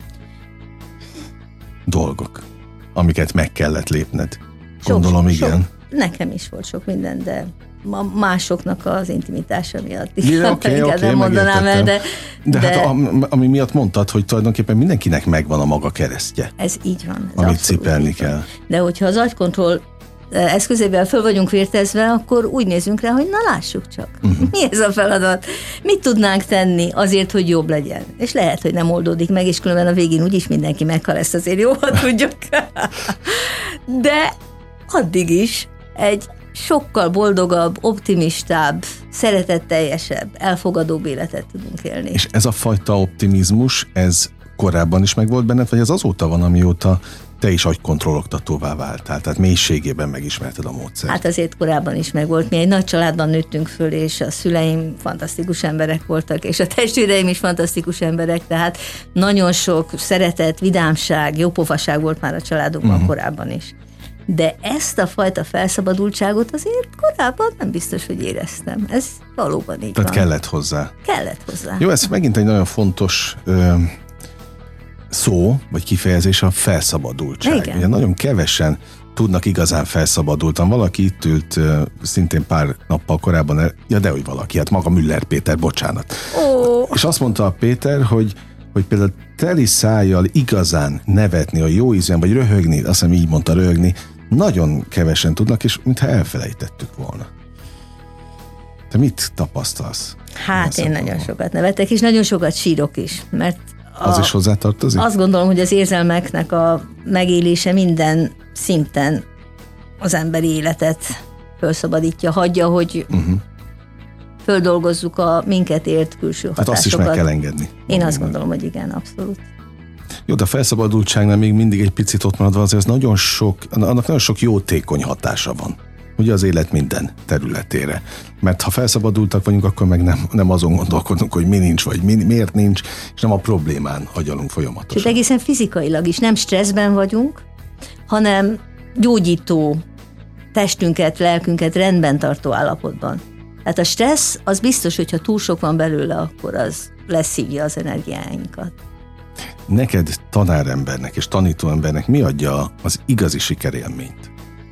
dolgok, amiket meg kellett lépned? Gondolom, igen. Nekem is volt sok minden, de másoknak az intimitása miatt is. Oké, nem mondanám el, de hát ami miatt mondtad, hogy tulajdonképpen mindenkinek megvan a maga keresztje. Ez így van. Ez amit cipelni kell. De hogyha az agykontroll eszközével föl vagyunk vértezve, akkor úgy nézünk rá, hogy na lássuk csak. Mi ez a feladat? Mit tudnánk tenni azért, hogy jobb legyen? És lehet, hogy nem oldódik meg, és különben a végén úgyis mindenki meghal, ezt azért jó, ha tudjuk. De addig is egy sokkal boldogabb, optimistább, szeretetteljesebb, elfogadóbb életet tudunk élni. És ez a fajta optimizmus, ez korábban is megvolt benned, vagy ez azóta van, amióta te is agykontrolloktatóvá váltál, tehát mélységében megismerted a módszert? Hát azért korábban is megvolt. Mi egy nagy családban nőttünk föl, és a szüleim fantasztikus emberek voltak, és a testvéreim is fantasztikus emberek, tehát nagyon sok szeretet, vidámság, jópofaság volt már a családokban korábban is. De ezt a fajta felszabadultságot azért korábban nem biztos, hogy éreztem. Ez valóban így Tehát van. Kellett hozzá. Kellett hozzá. Jó, ez megint egy nagyon fontos szó, vagy kifejezés, a felszabadultság. Igen. Ugye nagyon kevesen tudnak igazán felszabadultan. Valaki itt ült szintén pár nappal korábban, dehogy valaki, hát maga Müller Péter, bocsánat. És azt mondta a Péter, hogy például teli szájjal igazán nevetni a jó ízűen, vagy röhögni, azt hiszem így mondta, röhögni, nagyon kevesen tudnak, és mintha elfelejtettük volna. Te mit tapasztalsz? Hát én nagyon sokat nevetek, és nagyon sokat sírok is, mert az is hozzátartozik? Azt gondolom, hogy az érzelmeknek a megélése minden szinten az emberi életet felszabadítja, hagyja, hogy földolgozzuk a minket ért külső hatásokat. Hát azt is meg kell engedni. Én azt gondolom, hogy igen, abszolút. Jó, de a felszabadultságnál még mindig egy picit ott maradva, azért annak nagyon sok jótékony hatása van. Ugye az élet minden területére. Mert ha felszabadultak vagyunk, akkor meg nem azon gondolkodunk, hogy mi nincs, vagy miért nincs, és nem a problémán agyalunk folyamatosan. Sőt, egészen fizikailag is nem stresszben vagyunk, hanem gyógyító, testünket, lelkünket rendben tartó állapotban. Tehát a stressz, az biztos, hogyha túl sok van belőle, akkor az leszívja az energiáinkat. Neked tanárembernek és tanítóembernek mi adja az igazi sikerélményt?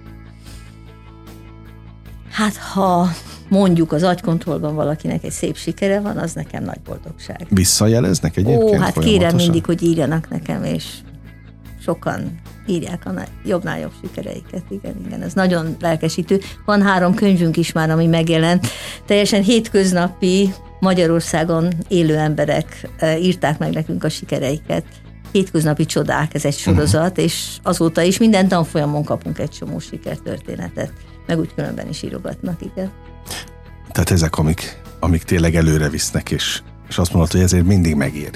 Hát ha mondjuk az agykontrollban valakinek egy szép sikere van, az nekem nagy boldogság. Visszajeleznek egyébként? Hát kérem mindig, hogy írjanak nekem, és sokan írják a jobbnál jobb sikereiket. Igen, ez nagyon lelkesítő. Van 3 könyvünk is már, ami megjelent. Teljesen hétköznapi, Magyarországon élő emberek írták meg nekünk a sikereiket. Hétköznapi csodák, ez egy sorozat, és azóta is minden tanfolyamon kapunk egy csomó sikertörténetet. meg úgy különben is írogatnak, igen. Tehát ezek, amik tényleg előre visznek, és azt mondod, hogy ezért mindig megéri.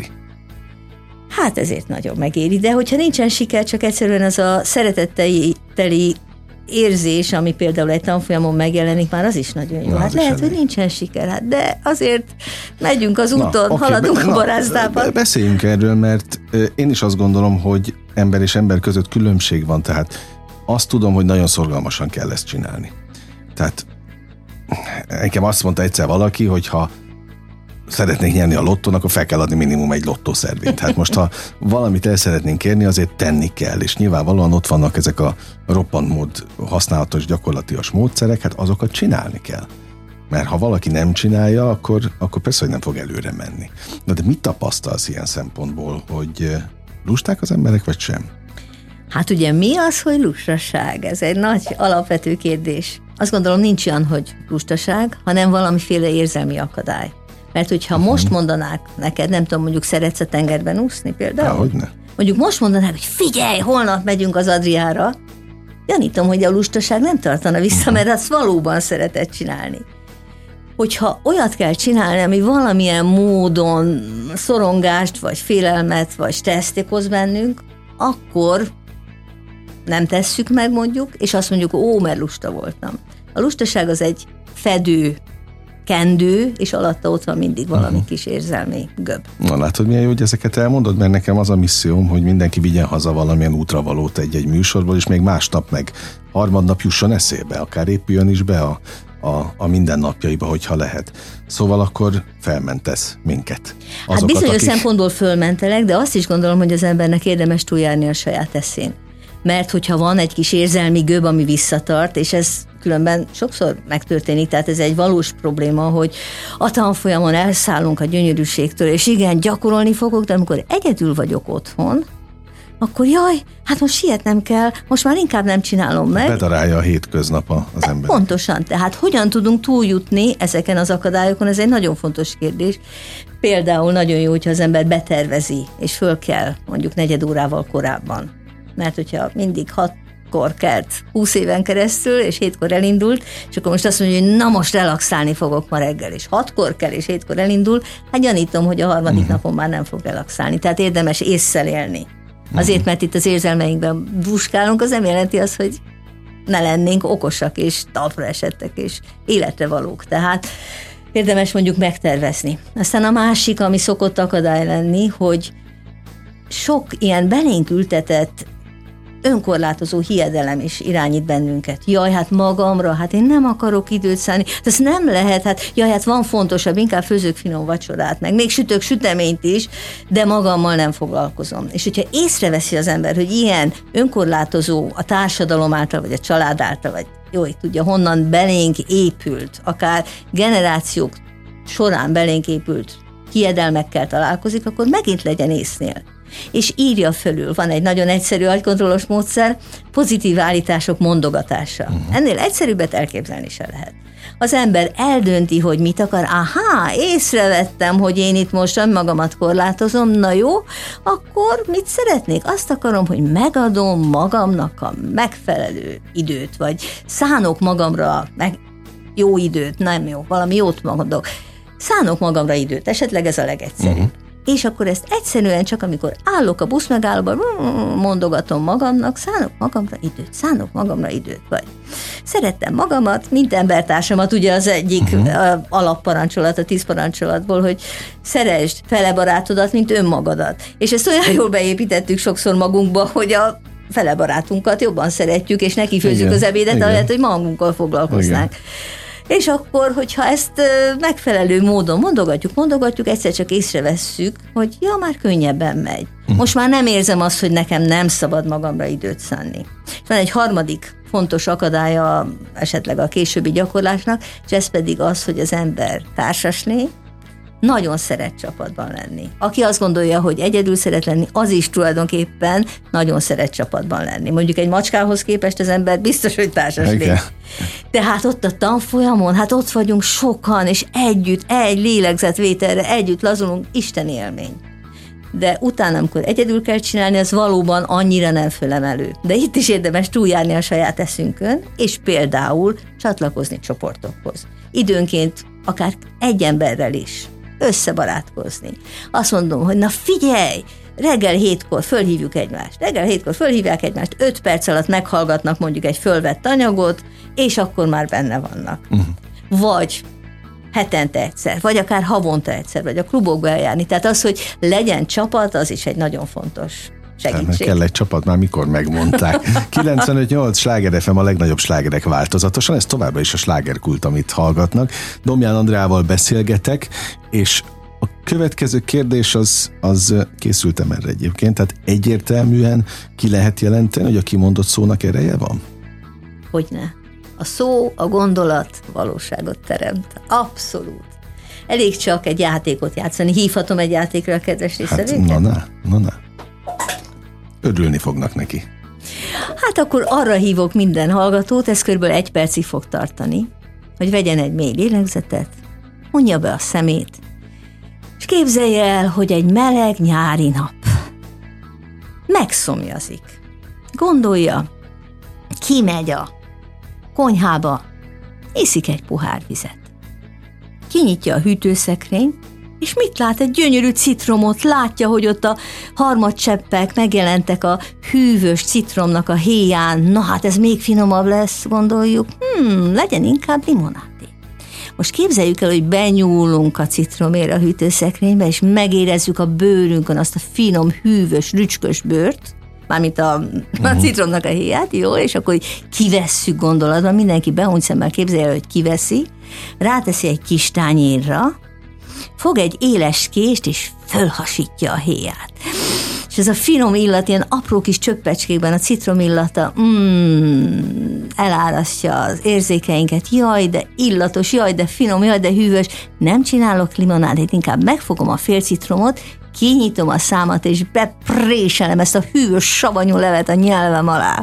Hát ezért nagyon megéri, de hogyha nincsen siker, csak egyszerűen az a szeretetteli érzés, ami például egy tanfolyamon megjelenik, már az is nagyon jó. Hát lehet, hogy nincsen siker, de azért megyünk az úton, haladunk a barázdában. Beszéljünk erről, mert én is azt gondolom, hogy ember és ember között különbség van, tehát azt tudom, hogy nagyon szorgalmasan kell ezt csinálni. Tehát nekem azt mondta egyszer valaki, hogy ha szeretnék nyerni a lottón, akkor fel kell adni minimum egy lottószervényt. Hát most, ha valamit el szeretnénk kérni, azért tenni kell, és nyilvánvalóan ott vannak ezek a roppant mód használatos, gyakorlatias módszerek, hát azokat csinálni kell. Mert ha valaki nem csinálja, akkor persze, hogy nem fog előre menni. De mit tapasztalsz ilyen szempontból, hogy lusták az emberek, vagy sem? Hát ugye mi az, hogy lustaság? Ez egy nagy alapvető kérdés. Azt gondolom, nincs olyan, hogy lustaság, hanem valamiféle érzelmi akadály. Mert hogyha most mondanák neked, nem tudom, mondjuk szeretsz a tengerben úszni például? Hogyne. Mondjuk most mondanák, hogy figyelj, holnap megyünk az Adriára, gyanítom, hogy a lustaság nem tartana vissza, mert azt valóban szeretett csinálni. Hogyha olyat kell csinálni, ami valamilyen módon szorongást, vagy félelmet, vagy stresszt okoz bennünk, akkor nem tesszük meg mondjuk, és azt mondjuk, mert lusta voltam. A lustaság az egy fedő, kendő, és alatta ott van mindig valami kis érzelmi göb. Na látod, milyen jó, hogy ezeket elmondod, mert nekem az a misszióm, hogy mindenki vigyen haza valamilyen útravalót egy műsorból, és még másnap meg harmadnap jusson eszébe, akár épüljön is be a mindennapjaiba, hogyha lehet. Szóval akkor felmentesz minket. Hát bizonyos szempontból fölmentelek, de azt is gondolom, hogy az embernek érdemes túljárni a saját eszén. Mert hogyha van egy kis érzelmi göb, ami visszatart, és ez különben sokszor megtörténik, tehát ez egy valós probléma, hogy a tanfolyamon elszállunk a gyönyörűségtől, és igen, gyakorolni fogok, de amikor egyedül vagyok otthon, akkor jaj, hát most sietnem kell, most már inkább nem csinálom meg. Bedarálja a hétköznap az ember. Pontosan, tehát hogyan tudunk túljutni ezeken az akadályokon, ez egy nagyon fontos kérdés. Például nagyon jó, hogyha az ember betervezi, és föl kell mondjuk 4 órával korábban. Mert hogyha mindig 6-kor kelt 20 éven keresztül, és 7-kor elindult, és akkor most azt mondja, hogy na most relaxálni fogok ma reggel, és 6-kor kell, és 7-kor elindul, hát gyanítom, hogy a harmadik napon már nem fog relaxálni. Tehát érdemes ésszel élni. Azért, mert itt az érzelmeinkben buskálunk, az nem jelenti azt, hogy ne lennénk okosak, és talpra esettek, és életre valók. Tehát érdemes mondjuk megtervezni. Aztán a másik, ami szokott akadály lenni, hogy sok ilyen belénk ültetett önkorlátozó hiedelem is irányít bennünket. Jaj, hát magamra, hát én nem akarok időt szállni, ez nem lehet, hát jaj, hát van fontosabb, inkább főzök finom vacsorát, meg még sütök süteményt is, de magammal nem foglalkozom. És hogyha észreveszi az ember, hogy ilyen önkorlátozó a társadalom által, vagy a család által, vagy jó, tudja, honnan belénk épült, akár generációk során belénk épült hiedelmekkel találkozik, akkor megint legyen észnél. És írja fölül. Van egy nagyon egyszerű agykontrollos módszer, pozitív állítások mondogatása. Ennél egyszerűbbet elképzelni se lehet. Az ember eldönti, hogy mit akar. Észrevettem, hogy én itt most önmagamat korlátozom, na jó, akkor mit szeretnék? Azt akarom, hogy megadom magamnak a megfelelő időt, vagy szánok magamra jó időt, nem jó, valami jót mondok. Szánok magamra időt, esetleg ez a legegyszerűbb. És akkor ezt egyszerűen csak amikor állok a buszmegállóban, mondogatom magamnak, szánok magamra időt, vagy szerettem magamat, mint embertársamat, ugye az egyik alapparancsolat, a 10 parancsolatból, hogy szeresd fele barátodat, mint önmagadat. És ezt olyan jól beépítettük sokszor magunkba, hogy a fele barátunkat jobban szeretjük, és neki főzzük az ebédet, ahelyett, hogy magunkkal foglalkoznánk. Igen. És akkor, hogyha ezt megfelelő módon mondogatjuk, egyszer csak észrevesszük, hogy már könnyebben megy. Most már nem érzem azt, hogy nekem nem szabad magamra időt szánni. Van egy harmadik fontos akadálya esetleg a későbbi gyakorlásnak, és ez pedig az, hogy az ember társaslény, nagyon szeret csapatban lenni. Aki azt gondolja, hogy egyedül szeret lenni, az is tulajdonképpen nagyon szeret csapatban lenni. Mondjuk egy macskához képest az ember biztos, hogy társas lény. Tehát ott a tanfolyamon, hát ott vagyunk sokan, és együtt, egy lélegzetvételre együtt lazulunk, Isten élmény. de utána, amikor egyedül kell csinálni, az valóban annyira nem fölemelő. De itt is érdemes túljárni a saját eszünkön, és például csatlakozni csoportokhoz. Időnként akár egy emberrel is összebarátkozni. Azt mondom, hogy na figyelj, reggel 7-kor fölhívjuk egymást. Reggel 7-kor fölhívják egymást, 5 perc alatt meghallgatnak mondjuk egy fölvett anyagot, és akkor már benne vannak. Vagy hetente egyszer, vagy akár havonta egyszer, vagy a klubokba eljárni. Tehát az, hogy legyen csapat, az is egy nagyon fontos segítség. Kell egy csapat, már mikor megmondták. 95.8 Sláger FM, a legnagyobb slágerek változatosan, ez továbbra is a slágerkult, amit hallgatnak. Domján Andrával beszélgetek, és a következő kérdés az készültem erre egyébként, tehát egyértelműen ki lehet jelenteni, hogy a kimondott szónak ereje van? Hogyne. A szó, a gondolat valóságot teremt. Abszolút. Elég csak egy játékot játszani. Hívhatom egy játékra a kedves résztvevőket? Na. Örülni fognak neki. Hát akkor arra hívok minden hallgatót, ez kb. 1 percig fog tartani, hogy vegyen egy mély lélegzetet, hunja be a szemét, és képzelje el, hogy egy meleg nyári nap megszomjazik. Gondolja, kimegy a konyhába, iszik egy pohár vizet. Kinyitja a hűtőszekrényt, és mit lát? Egy gyönyörű citromot, látja, hogy ott a harmadcseppek megjelentek a hűvös citromnak a héján. Na hát ez még finomabb lesz, gondoljuk. Legyen inkább limonádé. Most képzeljük el, hogy benyúlunk a citromért a hűtőszekrénybe, és megérezzük a bőrünkön azt a finom, hűvös, rücskös bőrt, mármint a citromnak a héját, jó, és akkor kivesszük gondolatban, mindenki behúnyt szemmel képzelje, hogy kiveszi, ráteszi egy kis tányérra, fog egy éles kést, és fölhasítja a héját. És ez a finom illat, ilyen apró kis csöppecskékben a citrom illata, elárasztja az érzékeinket, jaj, de illatos, jaj, de finom, jaj, de hűvös. Nem csinálok limonádét, inkább megfogom a fél citromot, kinyitom a számat, és bepréselem ezt a hűvös, savanyú levet a nyelvem alá.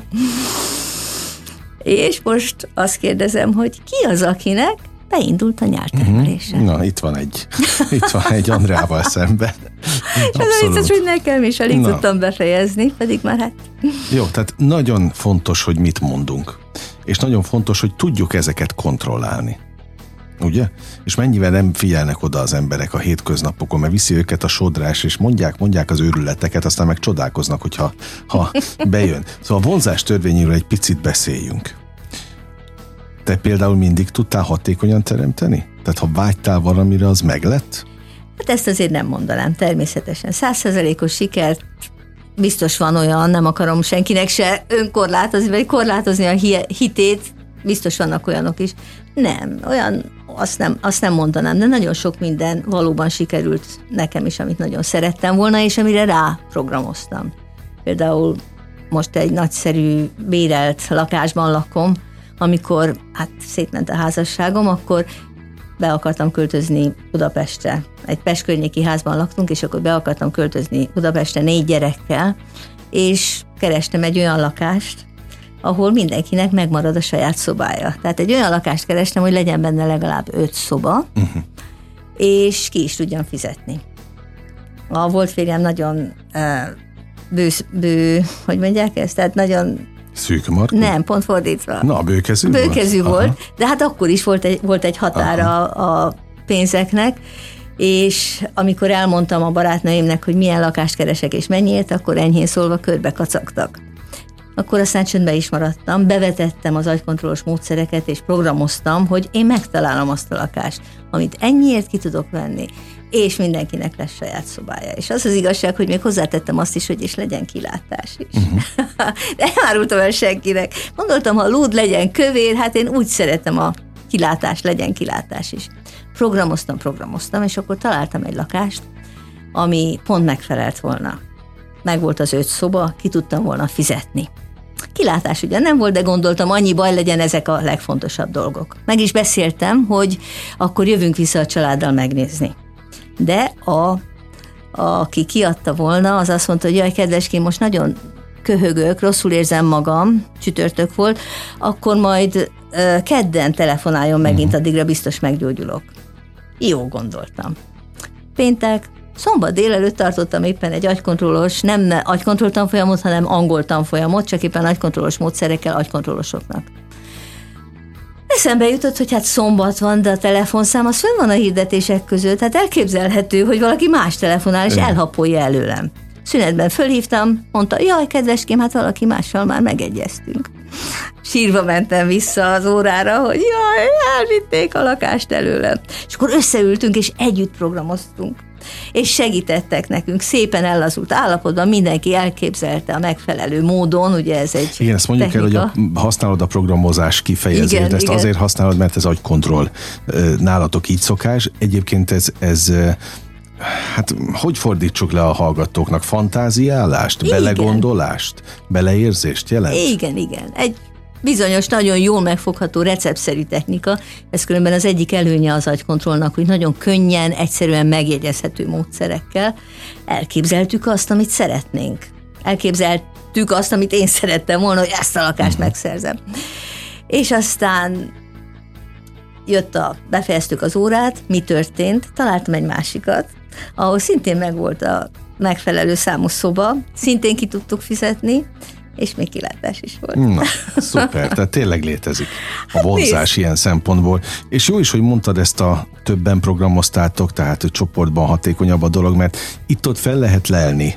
És most azt kérdezem, hogy ki az, akinek beindult a nyáltermelése. Na, itt van egy Andrával szemben. Ez a vicces, hogy nekem is alig tudtam befejezni, pedig már hát... Jó, tehát nagyon fontos, hogy mit mondunk. És nagyon fontos, hogy tudjuk ezeket kontrollálni. Ugye? És mennyivel nem figyelnek oda az emberek a hétköznapokon, mert viszi őket a sodrás, és mondják az őrületeket, aztán meg csodálkoznak, hogyha bejön. Szóval a vonzás törvényéről egy picit beszéljünk. Te például mindig tudtál hatékonyan teremteni? Tehát ha vágytál valamire, az meglett? Hát ezt azért nem mondanám, természetesen. 100%-os sikert biztos van olyan, nem akarom senkinek se önkorlátozni, vagy korlátozni a hitét, biztos vannak olyanok is. Nem, olyan, azt nem mondanám, de nagyon sok minden valóban sikerült nekem is, amit nagyon szerettem volna, és amire ráprogramoztam. Például most egy nagyszerű bérelt lakásban lakom, amikor hát szétment a házasságom, akkor be akartam költözni Budapestre. Egy Pest környéki házban laktunk, és akkor be akartam költözni Budapestre 4 gyerekkel, és kerestem egy olyan lakást, ahol mindenkinek megmarad a saját szobája. Tehát egy olyan lakást kerestem, hogy legyen benne legalább 5 szoba, és ki is tudjam fizetni. A volt férjem nagyon hogy mondják ezt? Tehát nagyon... Szűk markú? Nem, pont fordítva. Na, bőkezű volt? Bőkezű volt, de hát akkor is volt egy határa a pénzeknek, és amikor elmondtam a barátnőimnek, hogy milyen lakást keresek és mennyiért, akkor enyhén szólva körbe kacagtak. Akkor aztán csöndbe is maradtam, bevetettem az agykontrollos módszereket, és programoztam, hogy én megtalálom azt a lakást, amit ennyiért ki tudok venni, és mindenkinek lesz saját szobája. És az az igazság, hogy még hozzátettem azt is, hogy is legyen kilátás is. De nem árultam el senkinek. Gondoltam, ha lúd legyen kövér, hát én úgy szeretem a kilátás, legyen kilátás is. Programoztam, és akkor találtam egy lakást, ami pont megfelelt volna. Meg volt az 5 szoba, ki tudtam volna fizetni. Kilátás ugyan nem volt, de gondoltam, annyi baj legyen, ezek a legfontosabb dolgok. Meg is beszéltem, hogy akkor jövünk vissza a családdal megnézni. De aki kiadta volna, az azt mondta, hogy jaj, kedveském, most nagyon köhögök, rosszul érzem magam, csütörtök volt, akkor majd kedden telefonáljon megint, addigra biztos meggyógyulok. Jó, gondoltam. Péntek, Szombat délelőtt tartottam éppen egy agykontrollos, nem agykontroll tanfolyamot, hanem angol tanfolyamot, csak éppen agykontrollos módszerekkel agykontrollosoknak. Eszembe jutott, hogy hát szombat van, de a telefonszám az fönn van a hirdetések között, hát elképzelhető, hogy valaki más telefonál, és elhapolja előlem. Szünetben fölhívtam, mondta, jaj, kedveském, hát valaki mással már megegyeztünk. Sírva mentem vissza az órára, hogy jaj, elvitték a lakást előlem. És akkor összeültünk, és együtt programoztunk. És segítettek nekünk, szépen ellazult állapotban, mindenki elképzelte a megfelelő módon, ugye ez egy igen, ezt mondjuk technika. el, hogy használod a programozás kifejezést, Igen, ezt igen. Azért használod, mert ez agykontroll. Nálatok így szokás. Egyébként ez hát hogy fordítsuk le a hallgatóknak? Fantáziálást? Igen. Belegondolást? Beleérzést jelent? Igen. Egy bizonyos, nagyon jól megfogható, receptszerű technika. Ez különben az egyik előnye az agykontrollnak, hogy nagyon könnyen, egyszerűen megjegyezhető módszerekkel elképzeltük azt, amit szeretnénk. Elképzeltük azt, amit én szerettem volna, hogy ezt a lakást megszerzem. És aztán befejeztük az órát, mi történt, találtam egy másikat, ahol szintén megvolt a megfelelő számú szoba, szintén ki tudtuk fizetni, és még kilátás is volt. Na, szuper, tehát tényleg létezik a vonzás ilyen szempontból. És jó is, hogy mondtad ezt a többen programoztátok, tehát hogy csoportban hatékonyabb a dolog, mert itt-ott fel lehet lelni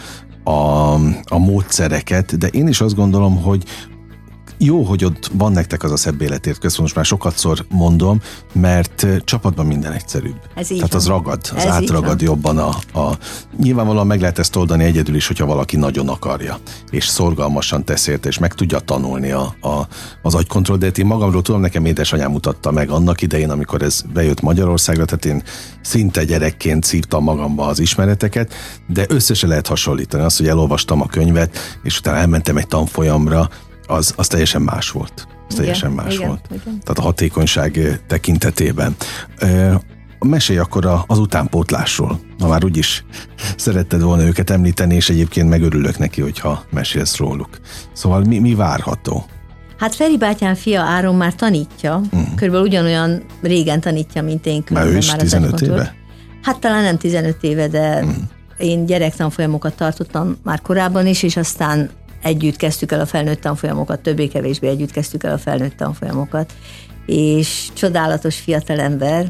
a módszereket, de én is azt gondolom, hogy jó, hogy ott van nektek az a szebb életért központ, most már sokatszor mondom, mert csapatban minden egyszerűbb. Tehát az ragad, az átragad jobban nyilvánvalóan meg lehet ezt oldani egyedül is, hogyha valaki nagyon akarja, és szorgalmasan tesz érte, és meg tudja tanulni az agykontroll, de én magamról tudom, nekem édesanyám mutatta meg annak idején, amikor ez bejött Magyarországra, tehát én szinte gyerekként szívtam magamba az ismereteket, de össze se lehet hasonlítani. Az, hogy elolvastam a könyvet, és utána elmentem egy tanfolyamra, az teljesen más volt. Igen. Tehát a hatékonyság tekintetében. Mesélj akkor az utánpótlásról. Ha már úgyis szeretted volna őket említeni, és egyébként megörülök neki, hogyha mesélsz róluk. Szóval mi várható? Hát Feri bátyám fia Áron már tanítja, körülbelül ugyanolyan régen tanítja, mint én. Már ő is 15 éve? Hát talán nem 15 éve, de én gyerektanfolyamokat tartottam már korábban is, és aztán együtt kezdtük el a felnőtt tanfolyamokat, többé-kevésbé együtt kezdtük el a felnőtt tanfolyamokat, és csodálatos fiatalember,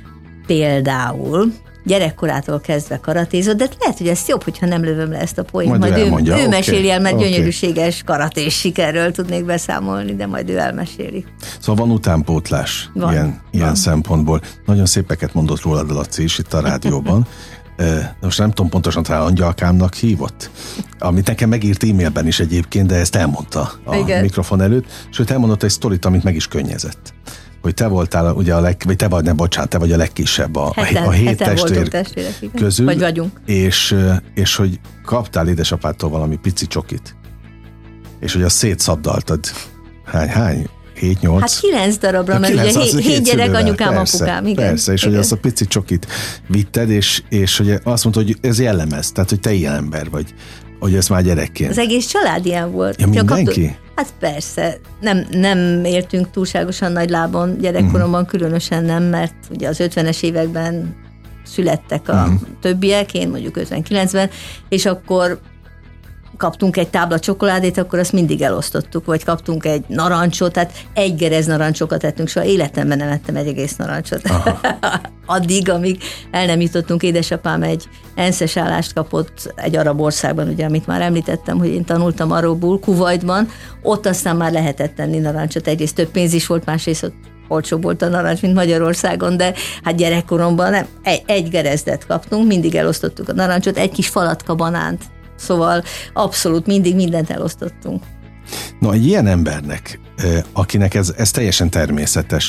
például gyerekkorától kezdve karatézott, de lehet, hogy ez jobb, hogyha nem lövöm le ezt a poént. Majd ő meséli el, mert gyönyörűséges karatés sikerről tudnék beszámolni, de majd ő elmeséli. Szóval van utánpótlás ilyen szempontból. Nagyon szépeket mondott rólad, Laci is itt a rádióban. Most nem tudom pontosan, talán angyalkámnak hívott, amit nekem megírt e-mailben is egyébként, de ezt elmondta a mikrofon előtt, sőt elmondott egy sztorit, amit meg is könnyezett. Hogy te voltál ugye te vagy a legkisebb a 7 testvér közül, vagy vagyunk. És hogy kaptál édesapától valami pici csokit, és hogy azt szétszabdaltad. Hány? 7-8? Hát 9 darabra, mert ugye 7 gyerek, anyukám, apukám. Igen. Persze, és hogy azt a pici csokit vitted, és hogy azt mondta, hogy ez jellemez, tehát hogy te ilyen ember vagy, hogy ez már gyerekként. Az egész család ilyen volt. Ja, mindenki? Hát persze, nem éltünk túlságosan nagy lábon gyerekkoromban, különösen nem, mert ugye az 50-es években születtek a többiek, én mondjuk 59-ben, és akkor kaptunk egy tábla csokoládét, akkor azt mindig elosztottuk, vagy kaptunk egy narancsot, tehát egy gerez narancsokat ettünk, soha életemben nem ettem egy egész narancsot. Addig, amíg el nem jutottunk, édesapám egy ENSZ-es állást kapott egy arab országban, ugye, amit már említettem, hogy én tanultam arabul, Kuwaitban, ott aztán már lehetett tenni narancsot, egyrészt több pénz is volt, másrészt ott olcsóbb volt a narancs, mint Magyarországon, de hát gyerekkoromban nem, egy gerezdet kaptunk, mindig elosztottuk a narancsot, egy kis falatka banánt. Szóval abszolút mindig mindent elosztottunk. Na, egy ilyen embernek, akinek ez teljesen természetes,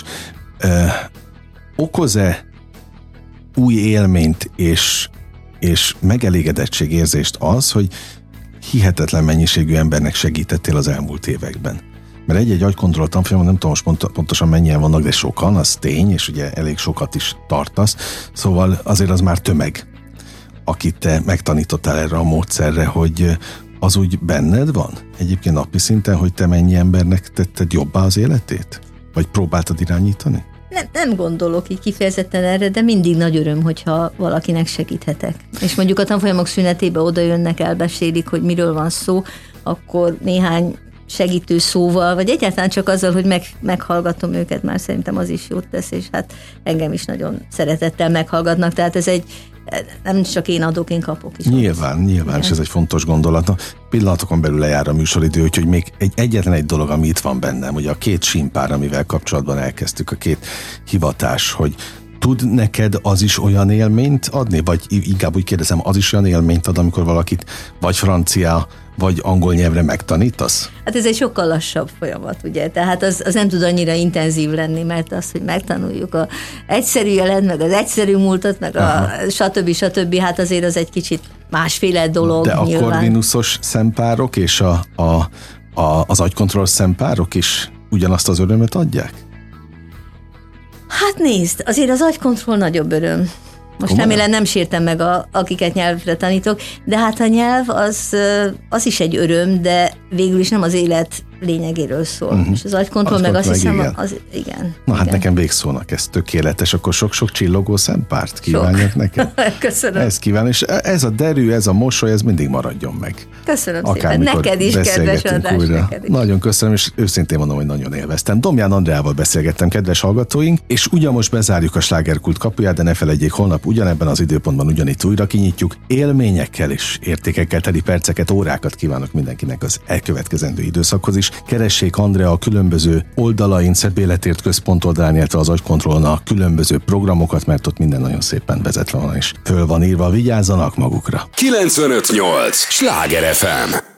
okoz-e új élményt és megelégedettségérzést az, hogy hihetetlen mennyiségű embernek segítettél az elmúlt években? Mert egy agykontroll tanfolyamon, nem tudom most pontosan mennyien vannak, de sokan, az tény, és ugye elég sokat is tartasz, szóval azért az már tömeg, akit te megtanítottál erre a módszerre, hogy az úgy benned van? Egyébként napi szinten, hogy te mennyi embernek tetted jobbá az életét? Vagy próbáltad irányítani? Nem gondolok így kifejezetten erre, de mindig nagy öröm, hogyha valakinek segíthetek. És mondjuk a tanfolyamok szünetébe oda jönnek, elbesélik, hogy miről van szó, akkor néhány segítő szóval, vagy egyáltalán csak azzal, hogy meghallgatom őket, már szerintem az is jót tesz, és hát engem is nagyon szeretettel meghallgatnak, tehát ez nem csak én adok, én kapok is. Nyilván, és ez egy fontos gondolat. Pillanatokon belül lejár a műsoridő, úgyhogy még egyetlen egy dolog, ami itt van bennem, ugye a 2 sínpár, amivel kapcsolatban elkezdtük, a 2 hivatás, hogy tud neked az is olyan élményt adni, vagy inkább úgy kérdezem, az is olyan élményt ad, amikor valakit vagy francia, vagy angol nyelvre megtanítasz? Hát ez egy sokkal lassabb folyamat, ugye? Tehát az nem tud annyira intenzív lenni, mert az, hogy megtanuljuk az egyszerű jelent, meg az egyszerű múltat, meg a stb. Hát azért az egy kicsit másféle dolog. De nyilván. A korvinuszos szempárok és az agykontroll szempárok is ugyanazt az örömöt adják? Hát nézd, azért az agykontroll nagyobb öröm. Most remélem nem sértem meg akiket nyelvre tanítok, de hát a nyelv az is egy öröm, de végül is nem az élet lényegéről szól. És az agykontroll meg azt hiszem, igen. Na hát nekem végszónak ez tökéletes, akkor sok-sok csillogó szempárt kívánjak neked. Köszönöm. Ezt kíván, és ez a derű, ez a mosoly, ez mindig maradjon meg. Köszönöm szépen. Neked is, kedves András, neked is. Nagyon köszönöm, és őszintén mondom, hogy nagyon élveztem. Domján Andreával beszélgettem, kedves hallgatóink, és ugyan most bezárjuk a Slágerkult kapuját, de ne felejtjék, holnap ugyanebben az időpontban ugyanitt újra kinyitjuk. Élményekkel és értékekkel teli perceket, órákat kívánok mindenkinek az elkövetkezendő időszakhoz is. Keressék Andrea a különböző oldalain, Szebb Életért Központ oldalán, illetve az Agykontrollon a különböző programokat, mert ott minden nagyon szépen vezetve van, és föl van írva, vigyázzanak magukra. 95.8 Sláger FM.